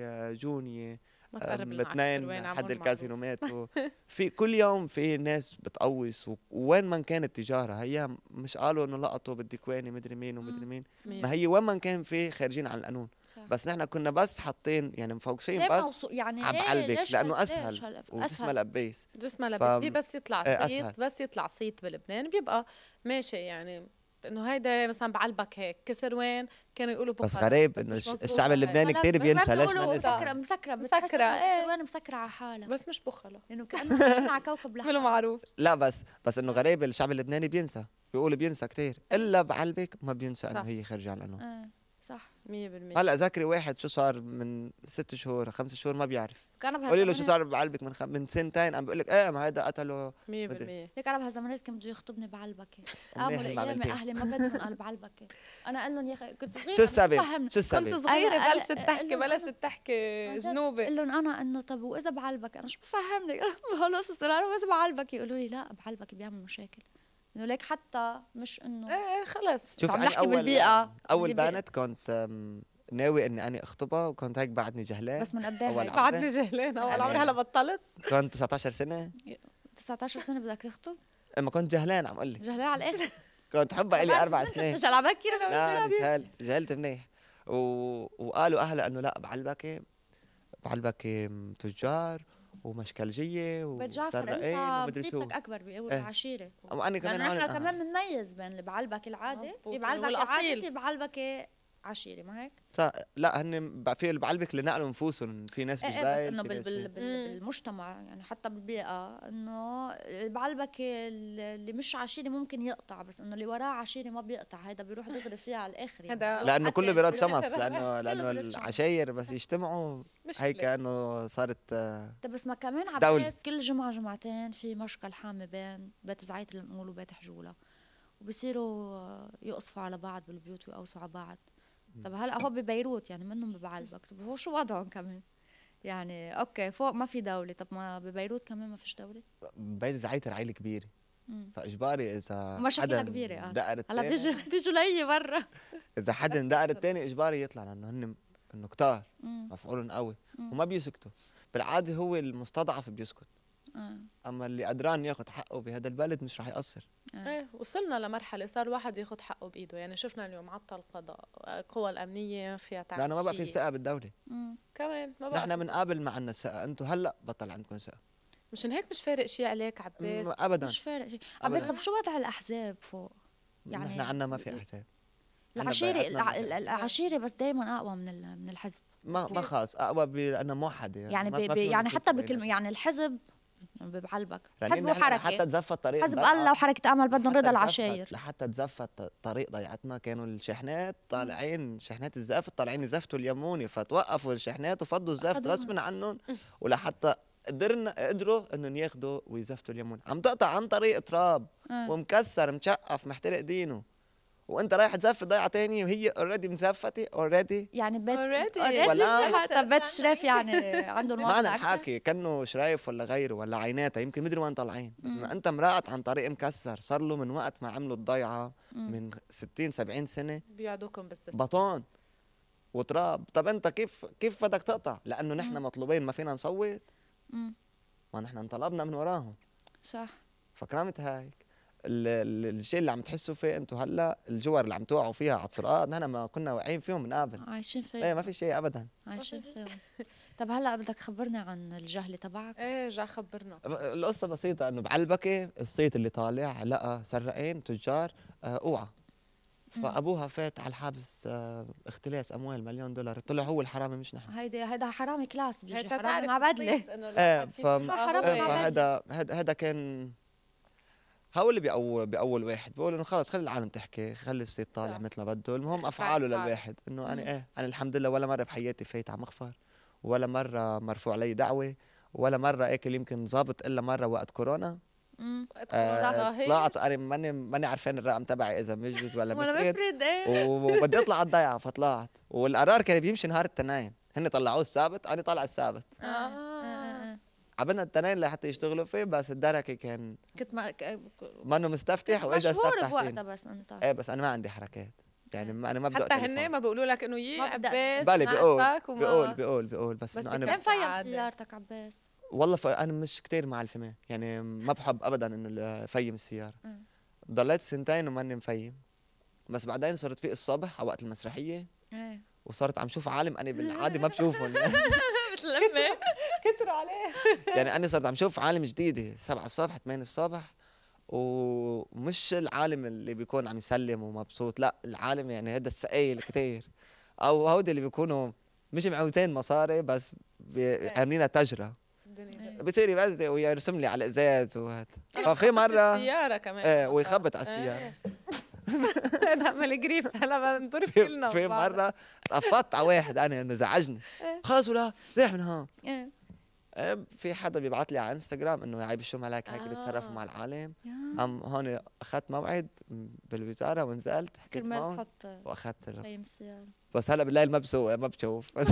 بجونية، ما تقرب لنا على اثنين الكسروان، حد عمول الكازينو معروف. ماتوا. في كل يوم في ناس بتقوس، و- وين ما كانت التجارة هي مش قالوا انه لقطوا بالديكواني مدري مين ومدري مم. مين، مية. ما هي وين ما كان في خارجين عن القانون. صح. بس نحن كنا بس حاطين يعني مفوقسين ليه بس موصو... يعني عم ليه بعلبك ليش لانه هال... اسهل ليش هال... وجسمها اسهل لبيس. جسمها ف لبس دي بس يطلع إيه أسهل. صيت، بس يطلع صيت بلبنان بيبقى ماشي. يعني انه هيدا مثلا بعلبك هيك كسروان كانوا يقولوا بس بخلة، غريب بس انه مش الش- مزبوطة الشعب هاي. اللبناني لا، كثير بس ما بينسى ليش بيقولوا ما مسكرة ننسى. مسكرة مسكرة، بتحس ايه. كمان مسكرة على حالها، بس مش بخلة لأنه كأنه عايشين على كوكب مثل لحالها. معروف. لا بس بس انه غريب الشعب اللبناني بينسى، بيقولوا بينسى كثير، الا بعلبك ما بينسى صح. انه هي خارجه عن القانون. ايه صح. مية بالمية. هلا ذكري واحد شو صار من ست شهور خمس شهور ما بيعرف، كان قولي له شو بهالزمانات صار بعلبك من خم... من سنتين عم بيقول لك ايه ما هيدا قتله. مية بدي- بالمية. ليك انا بهالزمانات كان بده يخطبني بعلبكة، منيح قاموا اللي الايام عملتيه. اهلي ما بدهم قلب علبكة. انا قال لهم يا اخي كنت صغيرة شو السبب؟ فهمني. شو كنت السبب؟ صغيرة أنا- بلشت أنا- تحكي قال لهم بلشت أنا- تحكي عن جد. جنوبي. قال لهم انا انه طب واذا بعلبك انا شو بفهمني خلص صار انا واذا بعلبك يقولوا لي لا بعلبك بيعمل مشاكل، انه ليك حتى مش انه ايه خلص. شوف عم انا نحكي اول بالبيئة. اول بالبيئة. بنت كنت أم، ناوي اني اني اخطبها، وكنت هيك بعدني جهلان. بس من قد ايه أول هيك؟ عمري. بعدني جهلانة اول يعني- عمري، هلا بطلت. كنت تسعة عشر سنه، تسعة عشر سنة بدك تخطب؟ اما كنت جهلان عم اقول لك، جهلان على الاخر. كنت حبها الي اربع سنين. مش على بكي لا أنا جهلت جهلت منيح، و... وقالوا اهلها انه لا بعلبكه بعلبكه تجار ومشكلجيه بيت جعفر وسرقين انت ومدري شو. مصيبتك اكبر بيقولوا إيه. العشيره، أما أنا كمان لانه هون نحن آه. كمان بنميز بين اللي بعلبك العادي، مظبوط. في بعلبك والأصيل. عادي في بعلبك عشيره، ما هيك؟ صح. لا هن ب- في اللي بعلبك اللي نقلوا نفوسهم، في ناس ايه ايه بس بجبايل انه في بال ناس بال ب- بال مم. بالمجتمع يعني حتى بالبيئه انه بعلبك اللي مش عشيره ممكن يقطع، بس انه اللي وراه عشيره ما بيقطع، هيدا بيروح دغري فيها على الاخر يعني. هذا لانه كله حتى بيرد كل شمس، آخر لانه لانه كله بيرد شمس. العشاير بس يجتمعوا مشكلة. هي كانه صارت آه، طيب بس ما كمان على دولة. بحس كل جمعة جمعتين في مشكل حامي بين بيت زعيت المول وبيت حجولة، وبصيروا يقصفوا على بعض بالبيوت ويقوسوا على بعض. طب هلا هو ببيروت يعني منهم ببعلبك، طب هو شو وضعهم كمان؟ يعني اوكي فوق ما في دولة، طب ما ببيروت كمان ما فيش دولة؟ بيت زعيتر عائله كبيره، مم. فاجباري اذا ومشاكلها حدا كبيرة قال. دقر هلا بيجوا الثاني، بيجوا لي برا. اذا حدا دقر الثاني اجباري يطلع، لانه هن انه كتار مم. مفعولهم قوي مم. وما بيسكتوا. بالعاده هو المستضعف بيسكت، آه. اما اللي قدران ياخذ حقه بهذا البلد مش رح يقصر. آه. ايه وصلنا لمرحلة صار واحد ياخد حقه بإيده، يعني شفنا اليوم عطل القضاء، القوى الأمنية فيها تعمل لانه ما بقى في شي. ثقه بالدوله. مم. كمان ما بقى نحن في- من قبل ما عندنا ثقه، انتم هلا بطل عندكم ثقه. مشان هيك مش فارق شي عليك عباس. م- ابدا. مش فارق شيء. آه بس أبداً. طب شو وضع الأحزاب فوق؟ يعني نحن عندنا ما في احزاب. إحنا العشيرة بيعتنا ما الع- في. العشيرة بس دايما أقوى من ال- من الحزب. ما ما خاص اقوى ب- لانها موحده يعني ما- بي ما بي فيهم يعني يفوتوا حتى بيناتهم. بكلمة يعني الحزب بعلبك رنين حسبوا نحن لحتى حركه تزفت طريق حسب الضيعة، الله وحركه امل بدهم لحتى رضا تزفت العشاير. لحتى تزفت طريق ضيعتنا كانوا الشحنات طالعين، شحنات الزفت طالعين يزفتوا اليموني، فتوقفوا الشحنات وفضوا الزفت أخدوها. غصبا عنهم، ولحتى قدرنا قدروا انهم ياخذوا ويزفتوا اليمون. عم تقطع عن طريق تراب آه. ومكسر مشقف محترق دينه، وانت رايح تزفت ضيعه تانية وهي اوريدي مزفته اوريدي. يعني بيت Already. already ولا- طب بيت شريف يعني عندهم معنى واسع أكثر؟ الحاكي كانه شرايف ولا غيره ولا عيناتها يمكن مدري وين طالعين، بس مم. ما انت مرقت عن طريق مكسر صار له من وقت ما عملوا الضيعه مم. من ستين سبعين سنه بيعدوكم بالزفت. بطون وتراب. طب انت كيف كيف بدك تقطع؟ لانه نحن مم. مطلوبين ما فينا نصوت، مم. ما نحن انطلبنا من وراهم. صح. فكرامة هيك ال- ال- الشيء اللي عم تحسوا فيه انتم هلا، الجوار اللي عم توقعوا فيها على الطرقات، نحن ما كنا واقعين فيهم من قبل. عايشين ايه فيه ما في شيء ابدا. عايشين فيهم. طب هلا بدك تخبرني عن الجهله تبعك. ايه جا خبرنا. القصة بسيطة، انه بعلبكة الصيت اللي طالع لقى سراقين تجار آه، اوعى، فابوها فات على الحبس آه، اختلاس اموال مليون دولار، طلع هو الحرامي مش نحن. هيدي هيدا حرامي كلاس بيجي هيدا حرامي تعرف مع بدله. الصيت إنه ايه الواحد ف فيه حرام قهوة. مع بدلة. فهذا هذا هذا كان هو اللي بأول بأول واحد بقول انه خلص خلي العالم تحكي، خلي الصيت طالع صح. مثل ما بده، المهم افعاله حال. للواحد انه انا مم. ايه انا الحمد لله ولا مره بحياتي فايت على مخفر، ولا مره مرفوع علي دعوه، ولا مره اكل يمكن ظابط الا مره وقت كورونا. امم وقت كورونا آه ظاهر. طلعت انا ماني ماني عارفين الرقم تبعي اذا مجوز ولا ولا مفرد، مفرد ايه. وبدي اطلع على الضيعه فطلعت، والقرار كان بيمشي نهار التنين، هن طلعوه السابت انا طالع السابت، آه. آه. آه. عبنا التنين لحتى يشتغلوا فيه، بس الدركه كان كنت ما ك- منه مستفتح، كنت واجا مشهور استفتح بوقتها فيني. بس انت. ايه بس انا ما عندي حركات، يعني ما انا ما بدق حتى هن تليفون. ما بيقولوا لك انه يي ما بدأ- عباس بالي بيقول نعرفك وما- بيقول بيقول بيقول بس بس انه انا بكفي. كيف فيم عادي. سيارتك عباس؟ والله ف... انا مش كتير مع الفيلم، يعني ما بحب ابدا انه افيم السياره. مم. ضليت سنتين وماني مفيم، بس بعدين صرت فيق الصبح على وقت المسرحيه، ايه وصرت عم شوف عالم انا بالعاده ما بشوفهم مثل امي. كتروا عليه. يعني انا صرت عم شوف عالم جديده سبعة الصبح ثمانية الصبح، ومش العالم اللي بيكون عم يسلم ومبسوط، لا العالم يعني هذا الثقيل كتير، او هودي اللي بيكونوا مش معوزين مصاري بس بي- عاملينها تجرة، الدنيا بصير يبزق ويرسم لي على الازاز وهذا. ففي مره السيارة كمان. ايه ويخبط على السياره. إيه. نعمل جريب هلا بنضرب في, كلنا في ببعض. مره تقفطت على واحد انا انه زعجني، خلص ولا زيح من هون. ايه إيه، في حدا بيبعت لي على انستغرام انه يا عيب شو مالك هيك بيتصرفوا آه. مع العالم. يا ام هون اخذت موعد بالوزاره ونزلت حكيت كرمال معهم تحط واخذت الرخص. فيم السيارة. بس هلا بالليل ما بسوق ما بشوف بس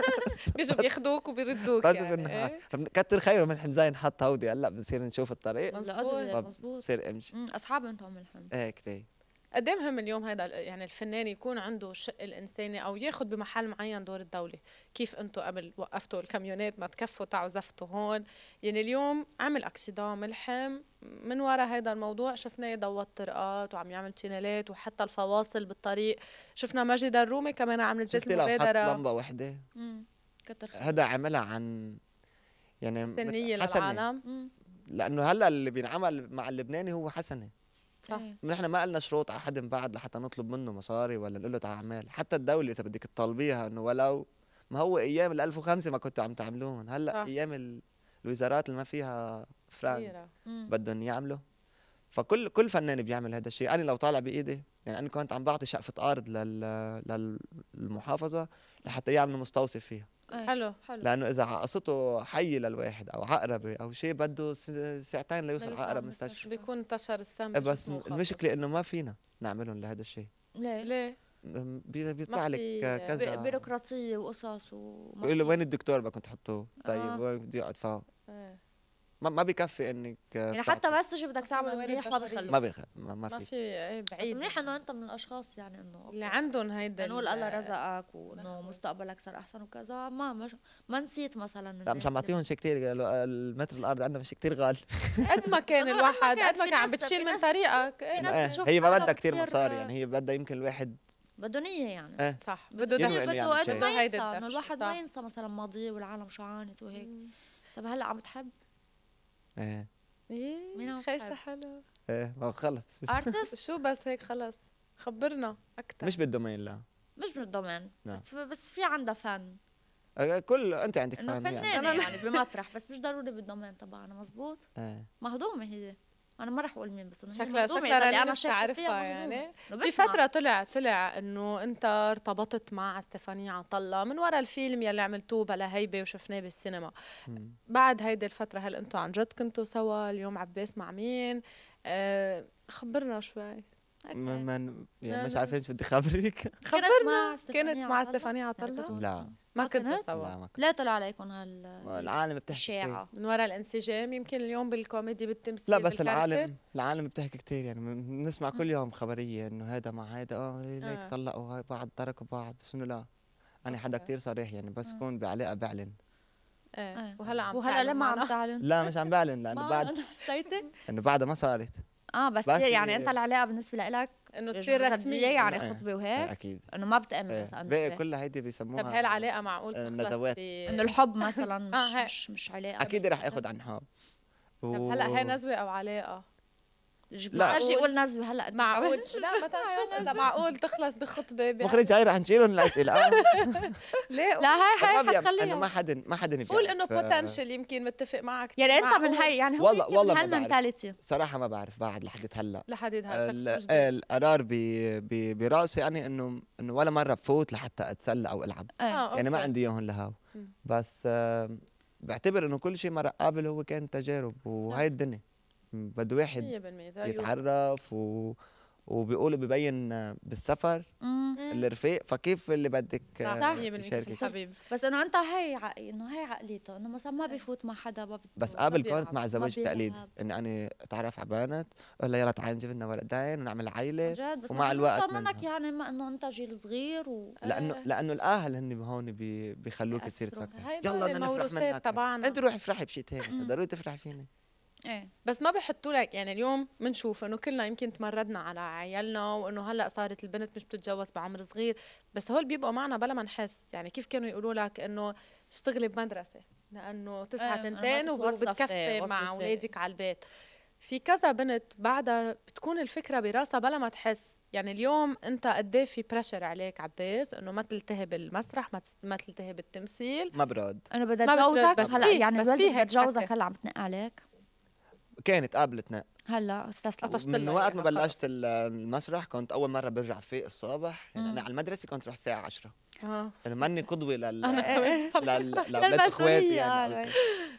بيجوا بياخدوك وبيردوك بس يعني. بالنهار إيه. كتر خيره من حمزين حط هودي، هلا بنصير نشوف الطريق مزبوط. لا مزبوط. بصير امشي. أمم، اصحاب انتم الحمد. ايه كتير. قد ايه مهم اليوم هذا يعني الفنان يكون عنده الشق الانساني او ياخذ بمحل معين دور الدوله؟ كيف انتم قبل وقفتوا الكاميونات ما تكفوا تعوا زفتوا هون؟ يعني اليوم عمل اكسيدان ملحم، من وراء هذا الموضوع شفناه ضوى الطرقات وعم يعمل تونيلات وحتى الفواصل بالطريق، شفنا ماجد الرومي كمان عملت ذات شفتي لو حط المبادره لمبه وحده امم كتر خير. هذا عملها عن يعني مثل سنيه حسنة. للعالم. أمم، لانه هلا اللي بينعمل مع اللبناني هو حسنه، صح. إيه. نحن ما قلنا شروط على حد من بعد لحتى نطلب منه مصاري ولا نقول له تعال اعمل، حتى الدوله اذا بدك تطالبيها انه ولو ما هو ايام ال ألف وخمسة ما كنتوا عم تعملوهم، هلا صح. ايام ال- الوزارات اللي ما فيها فرانك كبيرة. أمم. بدهم يعملوا. فكل كل فنان بيعمل هذا الشيء، انا لو طالع بايدي يعني انا كنت عم بعطي شقفه ارض لل للمحافظه لحتى يعملوا مستوصف فيها، إيه. حلو. حلو. لانه اذا عقصته حي للواحد او عقربه او شيء بده س- ساعتين ليوصل ليوصل عقرب على مستشفى. المستشفى. بيكون انتشر السم بس بجسمه وخلص. المشكله انه ما فينا نعملهم لهذا الشيء، ليه؟ ليه؟ بي- بيطلع لك في- بي- كذا بيروقراطية وقصص و بيقول له وين الدكتور بدكم تحطوه؟ طيب آه. وين بده يقعد فوق؟ إيه. ما, ما بكفي انك يعني تعطي. حتى بس تجي بدك تعمل موارد منيح ما بشرية. بخلوك. ما بخ ما, ما ما في في إيه، بس بعيد. منيح انه انت من الاشخاص يعني انه اللي عندهم هيدا نقول ال- الله رزقك وانه نحو. مستقبلك صار احسن وكذا، ما مش ما نسيت مثلا لا الناس مش عم بعطيهم شيء كثير، قالوا المتر الارض عندنا مش كثير غالي. قد ما كان إنه الواحد قد ما قد ما كان كان عم في ناس- بتشيل في من ناس- طريقك. في إيه. ناس إيه، بتشوف هي ما حالها بدها كثير بتصير- مصاري، يعني هي بدها يمكن الواحد بده نية يعني. إيه. صح بده بده ينوي دفع. إنه بده يعمل بده شيء. ما هيدا ينسى انه الدفش. الواحد صح. ما ينسى مثلا ماضيه والعالم شو عانت وهيك. طب هلا عم تحب ايه مين عم خيشة تحب؟ حلو. ايه ما خلص ارتست؟ شو بس هيك خلص خبرنا اكثر. مش بالدومين لا. مش من الضمان نعم. بس بس في عندها فن آه، كل انت عندك انه فن يعني. فنانه يعني بمطرح، بس مش ضروري بالدومين تبعنا. مزبوط، ايه. مهضومه هي. انا ما رح اقول مين، بس انه هي شكلها مهضومه. شكلها إذا اللي رنين انا شايفه بتعرفها فيها يعني. مهضومه. في فترة طلع طلع انه انت ارتبطت مع استفانية عطلة من وراء الفيلم يلي عملتوه بلا هيبة وشفناه بالسينما. مم. بعد هيدي الفترة هل انتوا عن جد كنتوا سوا؟ اليوم عباس مع مين؟ أه خبرنا شوي. م- من يعني لا، مش لا. عارفين شو بدي خبرك. خبرنا. كانت كانت مع عطلة؟ استفانية يعني عطلة؟ كنتوا- لا ما ما كنتوا كنت؟ سوا. لا ما كنت. لا طلع عليكم هال العالم بتحكي كتير. الشائعة. من وراء الانسجام يمكن اليوم بالكوميدي بالتمثيل لا بس بالكاركتر؟ العالم العالم بتحكي كتير يعني، بنسمع كل يوم خبرية انه هذا مع هذا اه ليك آه. طلقوا هاي بعض تركوا بعض، بس انه لا انا حدا أوكي. كتير صريح يعني، بس آه. كون بعلاقة بعلن. ايه ايه. وهلا عم وهلا تعلن لما عم معنا؟ تعلن؟ لا مش عم بعلن لانه ما بعد انا حسيتك. انه بعدها ما صارت. اه بس, بس تصير يعني هي- انت العلاقه بالنسبه لك انه تصير جدية رسمية يعني إيه. خطبه إيه وهيك، اكيد. انه ما بتامن ايه مثلا باقي أنت- كلها هيدي بيسموها طب هاي العلاقة معقول تخلص الندوات. ب انه الحب مثلا آه، مش هي. مش مش علاقه. اكيد رح اخذ عن حب. طب هلا هي نزوة او علاقة؟ لا. اجي اقول نزوه هلا قد معقول ما لا ما تعرف اذا معقول تخلص بخطبة ب- مخرج هاي رح نشيلهم الاسئله آه. ليه؟ لا هاي بس ما هاي بيعمل- انه حتخليها. ما حدا ما حدا قول بيعرف. انه آه، بوتنشل يمكن متفق معك. يعني انت من معقول. هي يعني هو والله- يمكن والله من ما بعرف. هالمنتاليتي. صراحه ما بعرف بعد لحد هلا. لحديد هلا ال- شكله جديد. القرار ب- ب- براسي يعني انه انه ولا مره بفوت لحتى اتسلى او العب، ايه. آه، يعني ما أوكي. عندي اياهم لهو. مم. بس آه، بعتبر انه كل شيء مرق قابل هو كان تجارب، وهي الدنيا بده واحد مية بالمية ده يوم. يتعرف و... وبيقولوا ببين آه، بالسفر مم. مم. الرفيق، فكيف اللي بدك صح آه، مية بالمية يشاركك. كيف الحبيب. بس انه انت هي عق... انه هي عقليته انه مثلا ما بيفوت مع حدا ما بده بس قبل بيلعب، كنت مع ما زواج بيلعب. تقليدي، اني انا اتعرف على بنت اقول لها يلا تعالي نجيب لنا ولدين ونعمل عائله. جد بس ومع مع الوقت الوقت منك منها. يعني ما انه انت جيل صغير و لانه آه. لانه الاهل هن هون بي بيخلوك تصير بيأثروا. تفكر هاي يلا بدنا نفرح الموروثات منك، تبعنا. انت روحي افرحي بشيء ثاني، مم. ضروري تفرحي فيني. ايه. بس ما بحطوا لك يعني اليوم بنشوف انه كلنا يمكن تمردنا على عيالنا وانه هلا صارت البنت مش بتتجوز بعمر صغير، بس هول بيبقوا معنا بلا ما نحس. يعني كيف كانوا يقولوا لك انه اشتغلي بمدرسه لانه تسعة إيه، تنتين ما تتوظفي، وبتكفي مع وظيفة. اولادك على البيت. في كذا بنت بعدها بتكون الفكره براسها بلا ما تحس. يعني اليوم انت قد ايه في بريشر عليك عباس انه ما تلتهي بالمسرح، ما تس- ما تلتهي بالتمثيل. ما برد. انه بدها ما بترد، تجوزك بس هلا في- يعني بس الوالده في بدها هيك تجوزك حكي. هلا عم تنق عليك كانت قابلتنا هلا استسلم. قطشت من لها وقت ما إياها بلشت خلص. ال- المسرح كنت اول مره برجع فيق الصبح، يعني مم. انا على المدرسه كنت رح الساعه عشرة، اه انا ماني قدوه لل انا كمان لل- لاولاد اخواتي يعني آه، أو شيء.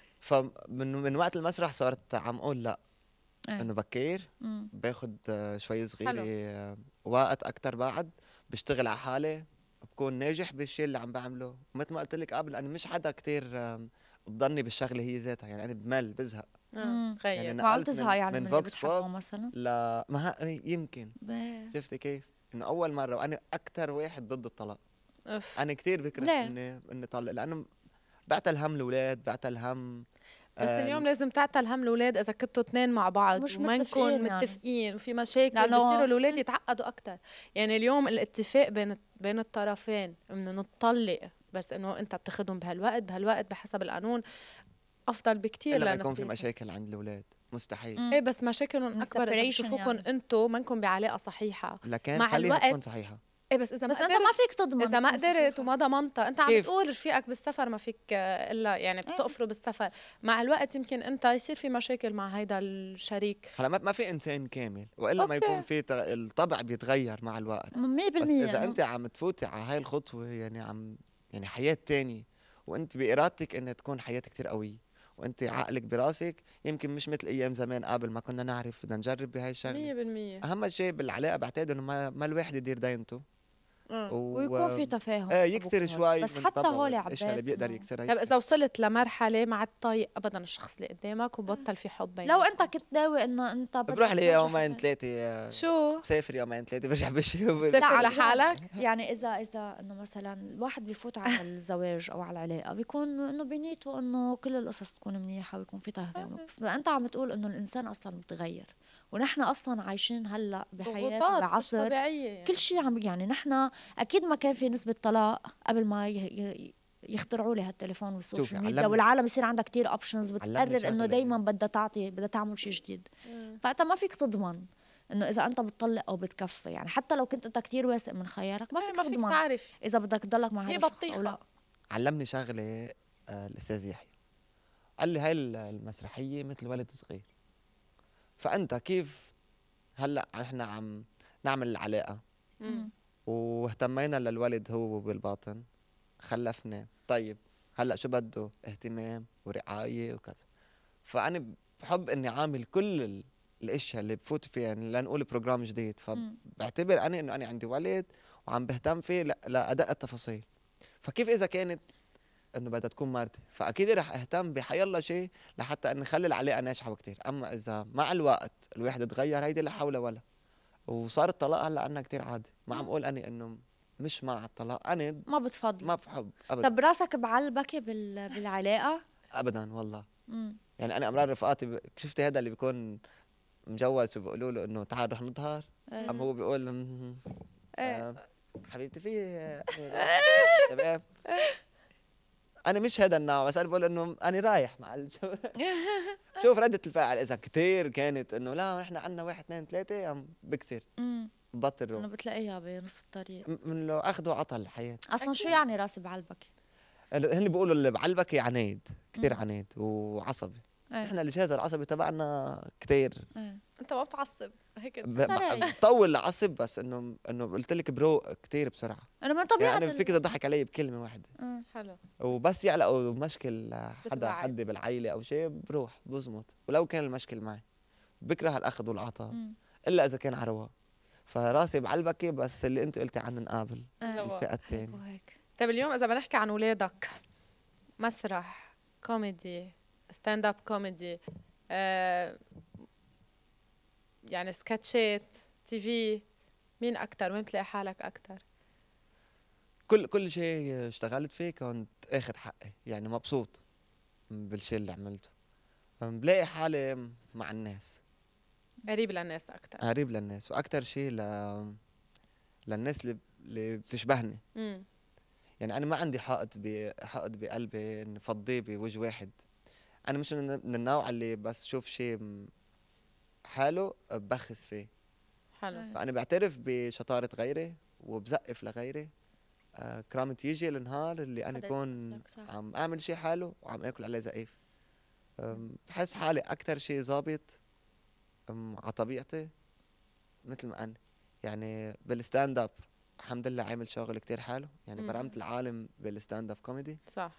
فمن من وقت المسرح صارت عم اقول لا، إيه. انه بكير مم. باخد آه، شوي صغيره حلو. آه، وقت اكثر، بعد بشتغل على حالي بكون ناجح بالشيء اللي عم بعمله. مثل ما قلت لك قبل انا مش حدا كتير آم، بضلني بالشغله هي ذاتها، يعني انا بمل بزهق. اه مم. تخيل. يعني معقول نقلت تزهق من, يعني من من اللي فوكس بتحبه بوب مثلا؟ لا ما ها- يمكن. بيه. شفتي كيف انه اول مره وانا اكثر واحد ضد الطلاق. اوف. انا كتير بكره ليه؟ اني اني طلق، لانه بعتل هم الاولاد، بعتل هم بس آه، اليوم لازم تعتل هم الاولاد اذا كنتوا اثنين مع بعض مش وما متفقين نكون يعني. متفقين وفي مشاكل لأنه- بصيروا الاولاد يتعقدوا اكثر. يعني اليوم الاتفاق بين بين الطرفين انه نطلق، بس انه انت بتاخذهم بهالوقت بهالوقت بحسب القانون افضل بكثير الا ما يكون في لنفسيتهم. مشاكل عند الاولاد مستحيل. مم. ايه بس مشاكلهم من اكبر اذا separation بشوفوكم يعني. انتم منكم بعلاقه صحيحه. لكن مع خليها الوقت تكون صحيحه. ايه بس اذا بس ما انت قدرت ما فيك تضمن اذا ما تكون قدرت صحيحة. وما ضمنتها انت عم كيف؟ بتقول رفيقك بالسفر ما فيك آه، الا يعني إيه. بتقفروا بالسفر. مع الوقت يمكن انت يصير في مشاكل مع هيدا الشريك. هلا ما ما في انسان كامل، والا ما أوكي. يكون في تغ... الطبع بيتغير مع الوقت. مية بس بالمية اذا إنه- انت عم تفوتي على هاي الخطوه، يعني عم يعني حياه تانية، وانت بارادتك انها تكون حياه كتير قويه، وانت عقلك براسك يمكن مش مثل ايام زمان قبل ما كنا نعرف بدنا نجرب بهاي مية الشغله. بالمية. اهم شيء بالعلاقه بعتقد انه ما, ما الواحد يدير دينته آه. و... ويكون في تفاهم. ايه يكسر شوي بس من حتى طبعه هول يا والاشياء اللي عباس بيقدر إنه- يكسرها طيب يكسر. اذا وصلت لمرحله ما عاد طايق ابدا الشخص اللي قدامك وبطل في حب بينكم، لو انت كنت ناوي انه انت بدك بروح لي تنجح يومين بحياتك. ثلاثه، شو بسافر يومين ثلاثه برجع بشي بتسافر لا، عن جد. لحالك؟ يعني اذا اذا انه مثلا الواحد بيفوت على الزواج او على العلاقه بيكون انه بنيته انه كل القصص تكون منيحه ويكون في تفاهم، بس ما انت عم تقول انه الانسان اصلا متغير، ونحن اصلا عايشين هلا بحياه ضغوطات مش بعصر طبيعيه يعني. كل شيء عم يعني نحن اكيد ما كان في نسبه طلاق قبل ما ي- ي- يخترعوا لي هالتليفون شوفي، والسوشيال ميديا، علمني- والعالم يصير عندها كتير اوبشنز علمني وتقرر شغلة انه يعني. دائما بدها تعطي بدها تعمل شيء جديد. مم. فانت ما فيك تضمن انه اذا انت بتطلق او بتكفي، يعني حتى لو كنت انت كتير واثق من خيارك ما إيه، فيك ما فيك تضمن تعرف. اذا بدك تضلك مع هي هذا الشخص او بطيخة. لا. علمني شغله آه، الاستاذ يحيى. قال لي هاي المسرحيه مثل ولد صغير، فانت كيف هلا احنا عم نعمل العلاقه مم. واهتمينا للولد هو بالباطن، خلفنا، طيب هلا شو بده؟ اهتمام ورعايه وكذا. فانا بحب اني عامل كل ال- الاشياء اللي بفوت فيها، يعني لنقول بروجرام جديد، مم. فبعتبر انا انه انا عندي ولد وعم بهتم فيه ل- لادق التفاصيل. فكيف اذا كانت انه بدها تكون مرتي، فاكيد رح اهتم بحيالله شيء لحتى ان نخلي العلاقه ناجحه وكتير. اما اذا مع الوقت الواحد تغير، هيدي لا حول ولا. وصار الطلاق هلا عنا كتير عادي. ما عم اقول اني انه مش مع الطلاق، انا ما بتفضل. ما بحب ابدا. طب راسك بعلبكه بال... بالعلاقه؟ ابدا والله. مم. يعني انا امرار رفقاتي ب... شفتي هذا اللي بيكون مجوز وبيقولوا له انه تعال رح نظهر، إيه. اما هو بيقول "مم، إيه. آه حبيبتي في آه، شباب". انا مش هذا النوع، بس انا بقول انه انا رايح مع الشباب. شوف ردة الفعل اذا كتير كانت انه لا نحن عنا واحد اثنين ثلاثة، عم بكسر مم. ببطل انه روح. بتلاقيها بنص الطريق. م- من لو اخذ وعطى الحياة. اصلا شو يعني راسي بعلبكه؟ هن بيقولوا اللي بعلبكي عنيد، كتير مم. عنيد وعصبي. ايه. احنا الجهاز العصبي تبعنا كتير ايه. انت ما بتعصب هيك ب- انت. ب- علي. بطول العصب، بس انه انه قلت لك بروق كتير بسرعه. انه من طبيعه يعني فيك ال- اذا ضحك علي بكلمه واحده، آه. حلو. وبس يعلقوا مشكل حدا بتبعد. حد بالعائله او شيء بروح بزمط، ولو كان المشكل معي بكره الاخذ والعطاء مم. الا اذا كان عروة. فراسي بعلبكي، بس اللي انت قلتي عنه نقابل آه. لو- الفئه هيك الثانيه. وهيك. طيب اليوم اذا بنحكي عن اولادك، مسرح، كوميدي، ستاند اب كوميدي، آه يعني سكتشات، تي في، مين اكثر؟ وين بتلاقي حالك اكثر؟ كل كل شيء اشتغلت فيه كنت اخذ حقي، يعني مبسوط بالشيء اللي عملته. بلاقي حالي مع الناس، قريب للناس اكثر. قريب للناس، واكثر شيء ل... للناس اللي اللي بتشبهني. امم يعني انا ما عندي حائط ب... حائط بقلبي اني فضيه بوجه واحد. انا مش من من النوع اللي بس شوف شيء م- حاله ببخس فيه. حلو. آه. فانا بعترف بشطاره غيري وبزقف لغيري. آه كرامة يجي النهار اللي انا حدا اكون يزقف لك، صح. عم اعمل شيء حاله وعم اكل عليه زقيف. أم، بحس حالي اكثر شيء ظابط أم، على طبيعتي مثل ما انا. يعني بالستاند اب الحمد لله عامل شغل كتير حلو، يعني مم. برامت العالم بالستاند اب كوميدي، صح.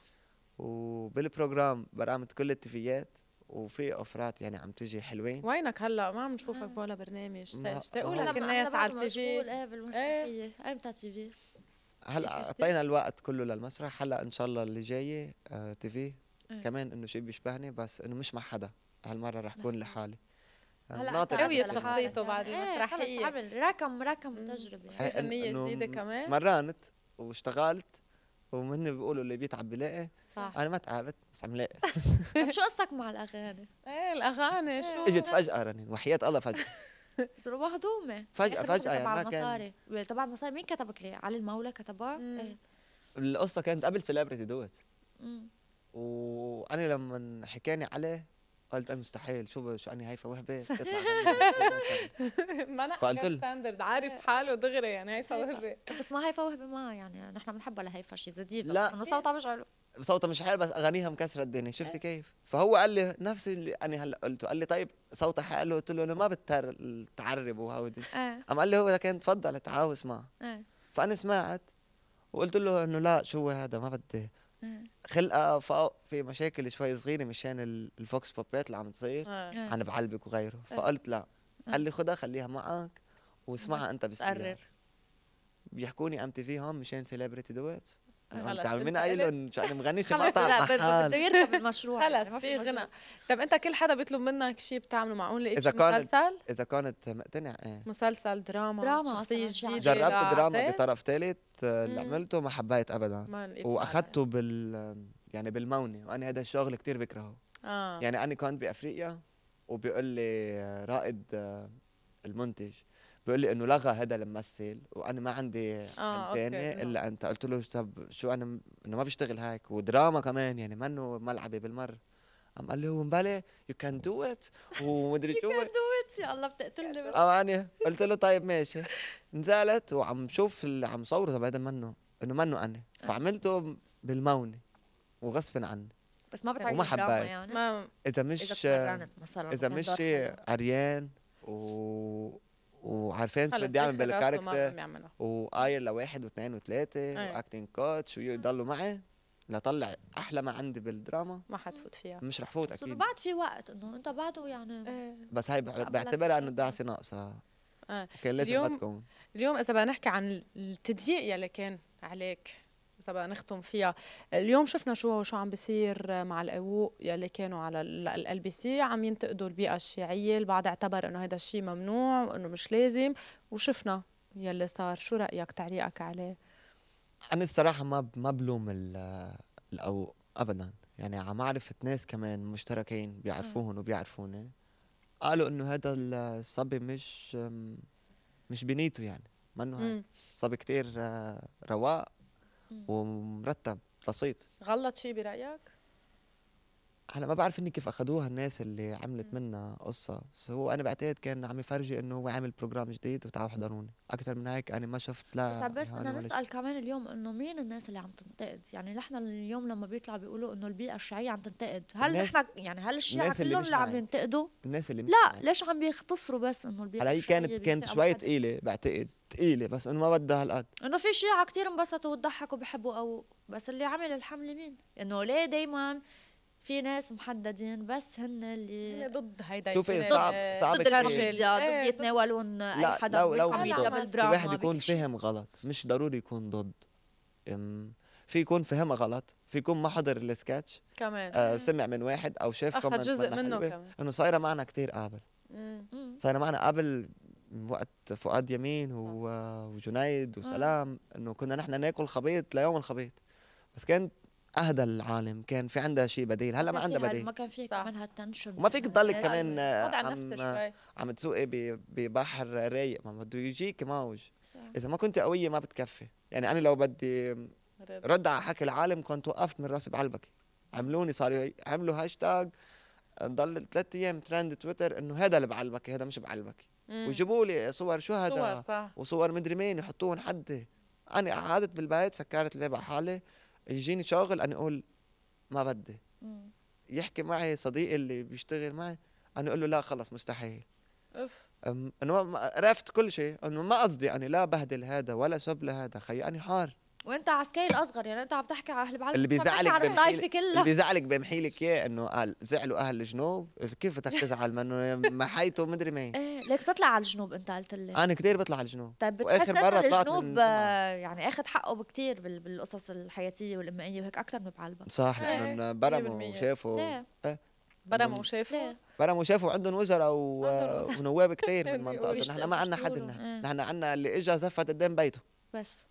وبالبروجرام برامت كل التيفيات، وفي اوفرات يعني عم تجي حلوين. وينك هلا؟ ما عم نشوفك آه. بولا برنامج. ما- اشتاقوا ما هو- لك الناس على التي مشغول في. ايه بالمسرحيه. ايمتى تي في؟ هلا إشي اعطينا الوقت كله للمسرح. هلا ان شاء الله اللي جاي آه تي في إيه. كمان انه شيء بيشبهني، بس انه مش مع حدا. هالمره رح كون لحالي. آه، هلا ناطر أنت قوية عامل أكتر. شخصيته لحالك بعد يعني. إيه، المسرحية. خلص عمل رقم رقم مم. تجربه في إيه، يعني. إن- فنية إنه جديدة م- كمان. تمرنت واشتغلت، ومن بيقولوا اللي بيتعب بيلاقي. صح. انا ما تعبت بس عم لاقي. طب شو قصتك مع الاغاني؟ ايه الاغاني شو؟ اجت فجأة رنين، وحياة الله فجأة. صروا مهضومه. فجأة آخر فجأة وحدة يعني تبع ما كان. المصاري تبع المصاري مين كتبك لي؟ علي المولى كتبها؟ مم. ايه. القصة كانت قبل سيلبرتي دوت، مم. وانا لما حكاني عليه قلت انا مستحيل، شو شو اني هيفا وهبه تطلع غنية. ما انا فقلت له- ستاندرد عارف حاله دغري يعني هيفا وهبه. بس ما هيفا وهبه ما يعني نحن بنحبها لهيفا شي زديفة، لا. بس انه صوتها مش حلو. صوتها مش حلو بس اغانيها مكسره الدنيا. شفتي كيف؟ فهو قال لي نفس اللي انا هلا قلته. قال لي طيب صوتها حلو، قلت له انا ما بتر تعرب وهودي. ايه. قام قال لي هو كان تفضل تعاوز اسمع. ايه. فانا سمعت وقلت له انه لا شو هذا ما بدي ايه. خلقه فوق، في مشاكل شوي صغيره مشان ال- الفوكس بوبات اللي عم تصير آه. ايه. عن بعلبك وغيره. إيه. فقلت لا. إيه. قال لي خدها خليها معك واسمعها انت بالسيارة. تقرر. بيحكوني ام تي في هون مشان سيلبرتي دوت. خلص، قلت مين أنت قايل قلت. لهم شو انا مغني شي خلص مقطع لا بده محل. بده يركب المشروع يعني، خلص ما في مشروع. غنى. طب انت كل حدا بيطلب منك شيء بتعمله معقول لقيت إذا شي كانت- مسلسل؟ اذا كانت مقتنع ايه. مسلسل دراما دراما شخصية مثلاً، شي جديدة جربت دراما لعبت؟ بطرف ثالث اللي مم. عملته ما حبيت ابدا، ما لقيت واخذته بال يعني بالمونة، وانا هذا الشغل كتير بكرهه. اه يعني انا كنت بافريقيا وبيقول لي رائد المنتج بيقول لي انه لغى هذا الممثل وانا ما عندي آه، حل أوكي، تاني إنه- الا انت. قلت له طب شو انا م- انه ما بشتغل هيك ودراما كمان يعني منه ملعبي بالمره. قام قال لي هو مبالي يو كان دو ات ومدري شو. يا الله بتقتلني بس. اه يعني قلت له طيب ماشي. نزلت وعم شوف اللي عم صوره، طب هذا منه انه منه انا. فعملته بالمونة وغصب عني. بس ما بتعيش وما دراما حبيت. يعني ما اذا اذا مش تمرنت مثلا اذا وكان مش دور حلو. عريان و وعارفين شو خلص بدي اعمل داخل راسه ما بالكاركتر عم يعملها. وقايل لواحد واثنين وثلاثة أي. واكتنج كوتش ويضلوا معي لطلع احلى ما عندي بالدراما، ما حتفوت فيها. مش رح فوت بس انه اكيد. بعد في وقت انه انت بعده يعني إيه. بس هاي مستقبلك بعتبرها انه كتير. دعسه ناقصه، آه. كان لازم ما اليوم- تكون. اليوم إذا بدنا نحكي عن التضييق يلي كان عليك، إذا بدنا نختم فيها، اليوم شفنا شو شو عم بيصير مع القووق يلي كانوا على ال بي سي عم ينتقدوا البيئة الشيعية، البعض اعتبر إنه هذا الشيء ممنوع وإنه مش لازم، وشفنا يلي صار. شو رأيك، تعليقك عليه؟ انا الصراحه ما ب- ما بلوم ال- القوق ابدا، يعني عم اعرف ناس كمان مشتركين بيعرفوهم وبيعرفوني قالوا انه هذا الصبي مش مش بنيته، يعني منه هيك. مم. صبي كتير آه، رواق مم. ومرتب بسيط. غلط شيء برأيك؟ هلا ما بعرف اني كيف اخذوها الناس اللي عملت منها قصه، بس هو انا بعتقد كان عم يفرجي انه هو عامل بروجرام جديد وتعالوا احضروني، اكثر من هيك انا ما شفت بس لا عباس إهانة بدنا ولا نسأل كمان اليوم انه مين الناس اللي عم تنتقد؟ يعني نحن اليوم لما بيطلع بيقولوا انه البيئة الشيعية عم تنتقد، هل الناس- نحن يعني هل الشيعة الناس اللي كلهم مش اللي عم معي. ينتقدوا؟ الناس اللي مش لا، معي. ليش عم بيختصروا بس انه البيئة هلا هي الشيعية كانت كانت بفئة شوي محددة؟ ثقيله، بعتقد ثقيله، بس انه ما بدها هالقد. انه في شيعة كتير انبسطوا وضحكوا بحبوا او بس اللي عمل الحملة مين؟ انه ليه دايما في ناس محددين بس هن هي اللي ضد هيدا شوفي، يكون صعب- ال- صعب ضد كتير. الكوميديا، ضد إيه، ضد- يتناولون اي لا، حدا لو- لو بالكوميديا مش ضد. في بالدراما واحد يكون بكل شي. فهم غلط، مش ضروري يكون ضد. أم، في يكون فهمها غلط، في يكون ما حضر السكتش، كمان آه سمع من واحد او شاف أخذ كومنت جزء منها منه حلوة، كمان. انه صايره معنا كتير قابل. مم. مم. صايره معنا قبل وقت فؤاد يمين و- وجنيد وسلام، انه كنا نحن ناكل خبيط ليوم الخبيط، بس كانت اهدى العالم، كان في عندها شيء بديل. هلا ما كان في عندها هال- بديل، ما كان في صح. كمان هالتنشن وما فيك بين تضلك الناس. كمان آه، وضع عم نفسي شوي. عم تسوقي ب- ببحر رايق، ما بده يجيك موج. صح. اذا ما كنت قويه ما بتكفي. يعني انا لو بدي رد على حكي العالم كنت وقفت من راسي بعلبكي. عملوني صاروا عملوا هاشتاج ضل ثلاث ايام ترند تويتر انه هذا اللي بعلبكي، هذا مش بعلبكي، مم. ويجيبوا لي صور صور شهداء صح. وصور مدري مين يحطوهم حدي. انا قعدت بالبيت سكرت الباب على حالي، يجيني شغل انا اقول ما بدي. مم. يحكي معي صديقي اللي بيشتغل معي، انا اقول له لا خلص مستحيل. اف أم- انه ما- عرفت كل شيء، انه ما قصدي انا لا بهدل هذا ولا سب لهذا، خي انا حار. وانت على سكيل اصغر، يعني انت عم تحكي على اهل بعلبك، اللي عم تحكي بيزعلك على الطائفه بمحيلك كلها. اللي بيزعلك بمحي لك اياه انه قال زعلوا اهل الجنوب، كيف بدك تزعل منه محيته مدري مين. ايه ليك بتطلع على الجنوب انت قلت لي. انا كثير بطلع على الجنوب. طيب بتحس واخر انه مره طلعت من الجنوب الجمعة. آه، يعني اخذ حقه بكتير بال- بالقصص الحياتيه والامائيه وهيك اكثر من بعلبك؟ صح، إيه، لانه مية برموا بالمية. وشافوا ليه؟ برموا وشافوا. ليه؟ برموا وشافوا عندهم وزراء و... عندهم وزراء. ونواب كثير من يعني منطقتنا. وبيشت- نحن ما عندنا حد وبيشتغلوا. هنا، إيه. نحن عندنا اللي اجى زفت قدام بيته. بس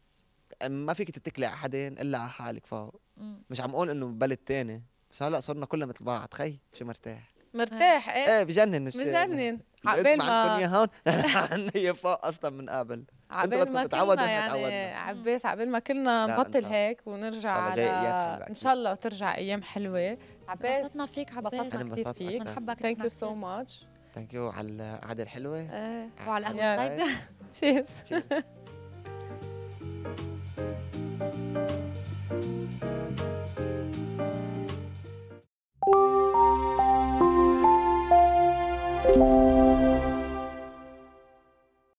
ما فيك تتكلي على حدا الا على حالك فوق. مم. مش عم اقول انه ببلد تاني، بس هلا صرنا كلنا مثل بعض. خي شو مرتاح. مرتاح. ايه ايه بجنن الشيء. بجنن. عقبال عقبال ما عندكم ما اياه هون نحن هي فوق اصلا من قبل. عقبال بدكم ما تتعودوا كلنا ونحن يعني تعودنا. عباس عقبال ما كلنا لا، إن نبطل شاء الله. هيك ونرجع إن شاء الله جاي على أيام حلوة ان أكيد. شاء الله وترجع ايام حلوه. عباس انبسطنا فيك عباس، انبسطنا أنا كثير انبسطت فيك. أكتر. بنحبك ثانك يو نحن سو كتير. ماتش. ثانك يو على القعده الحلوه. ايه وعلى القهوه يا- الطيبه. تشيرز. Cheers.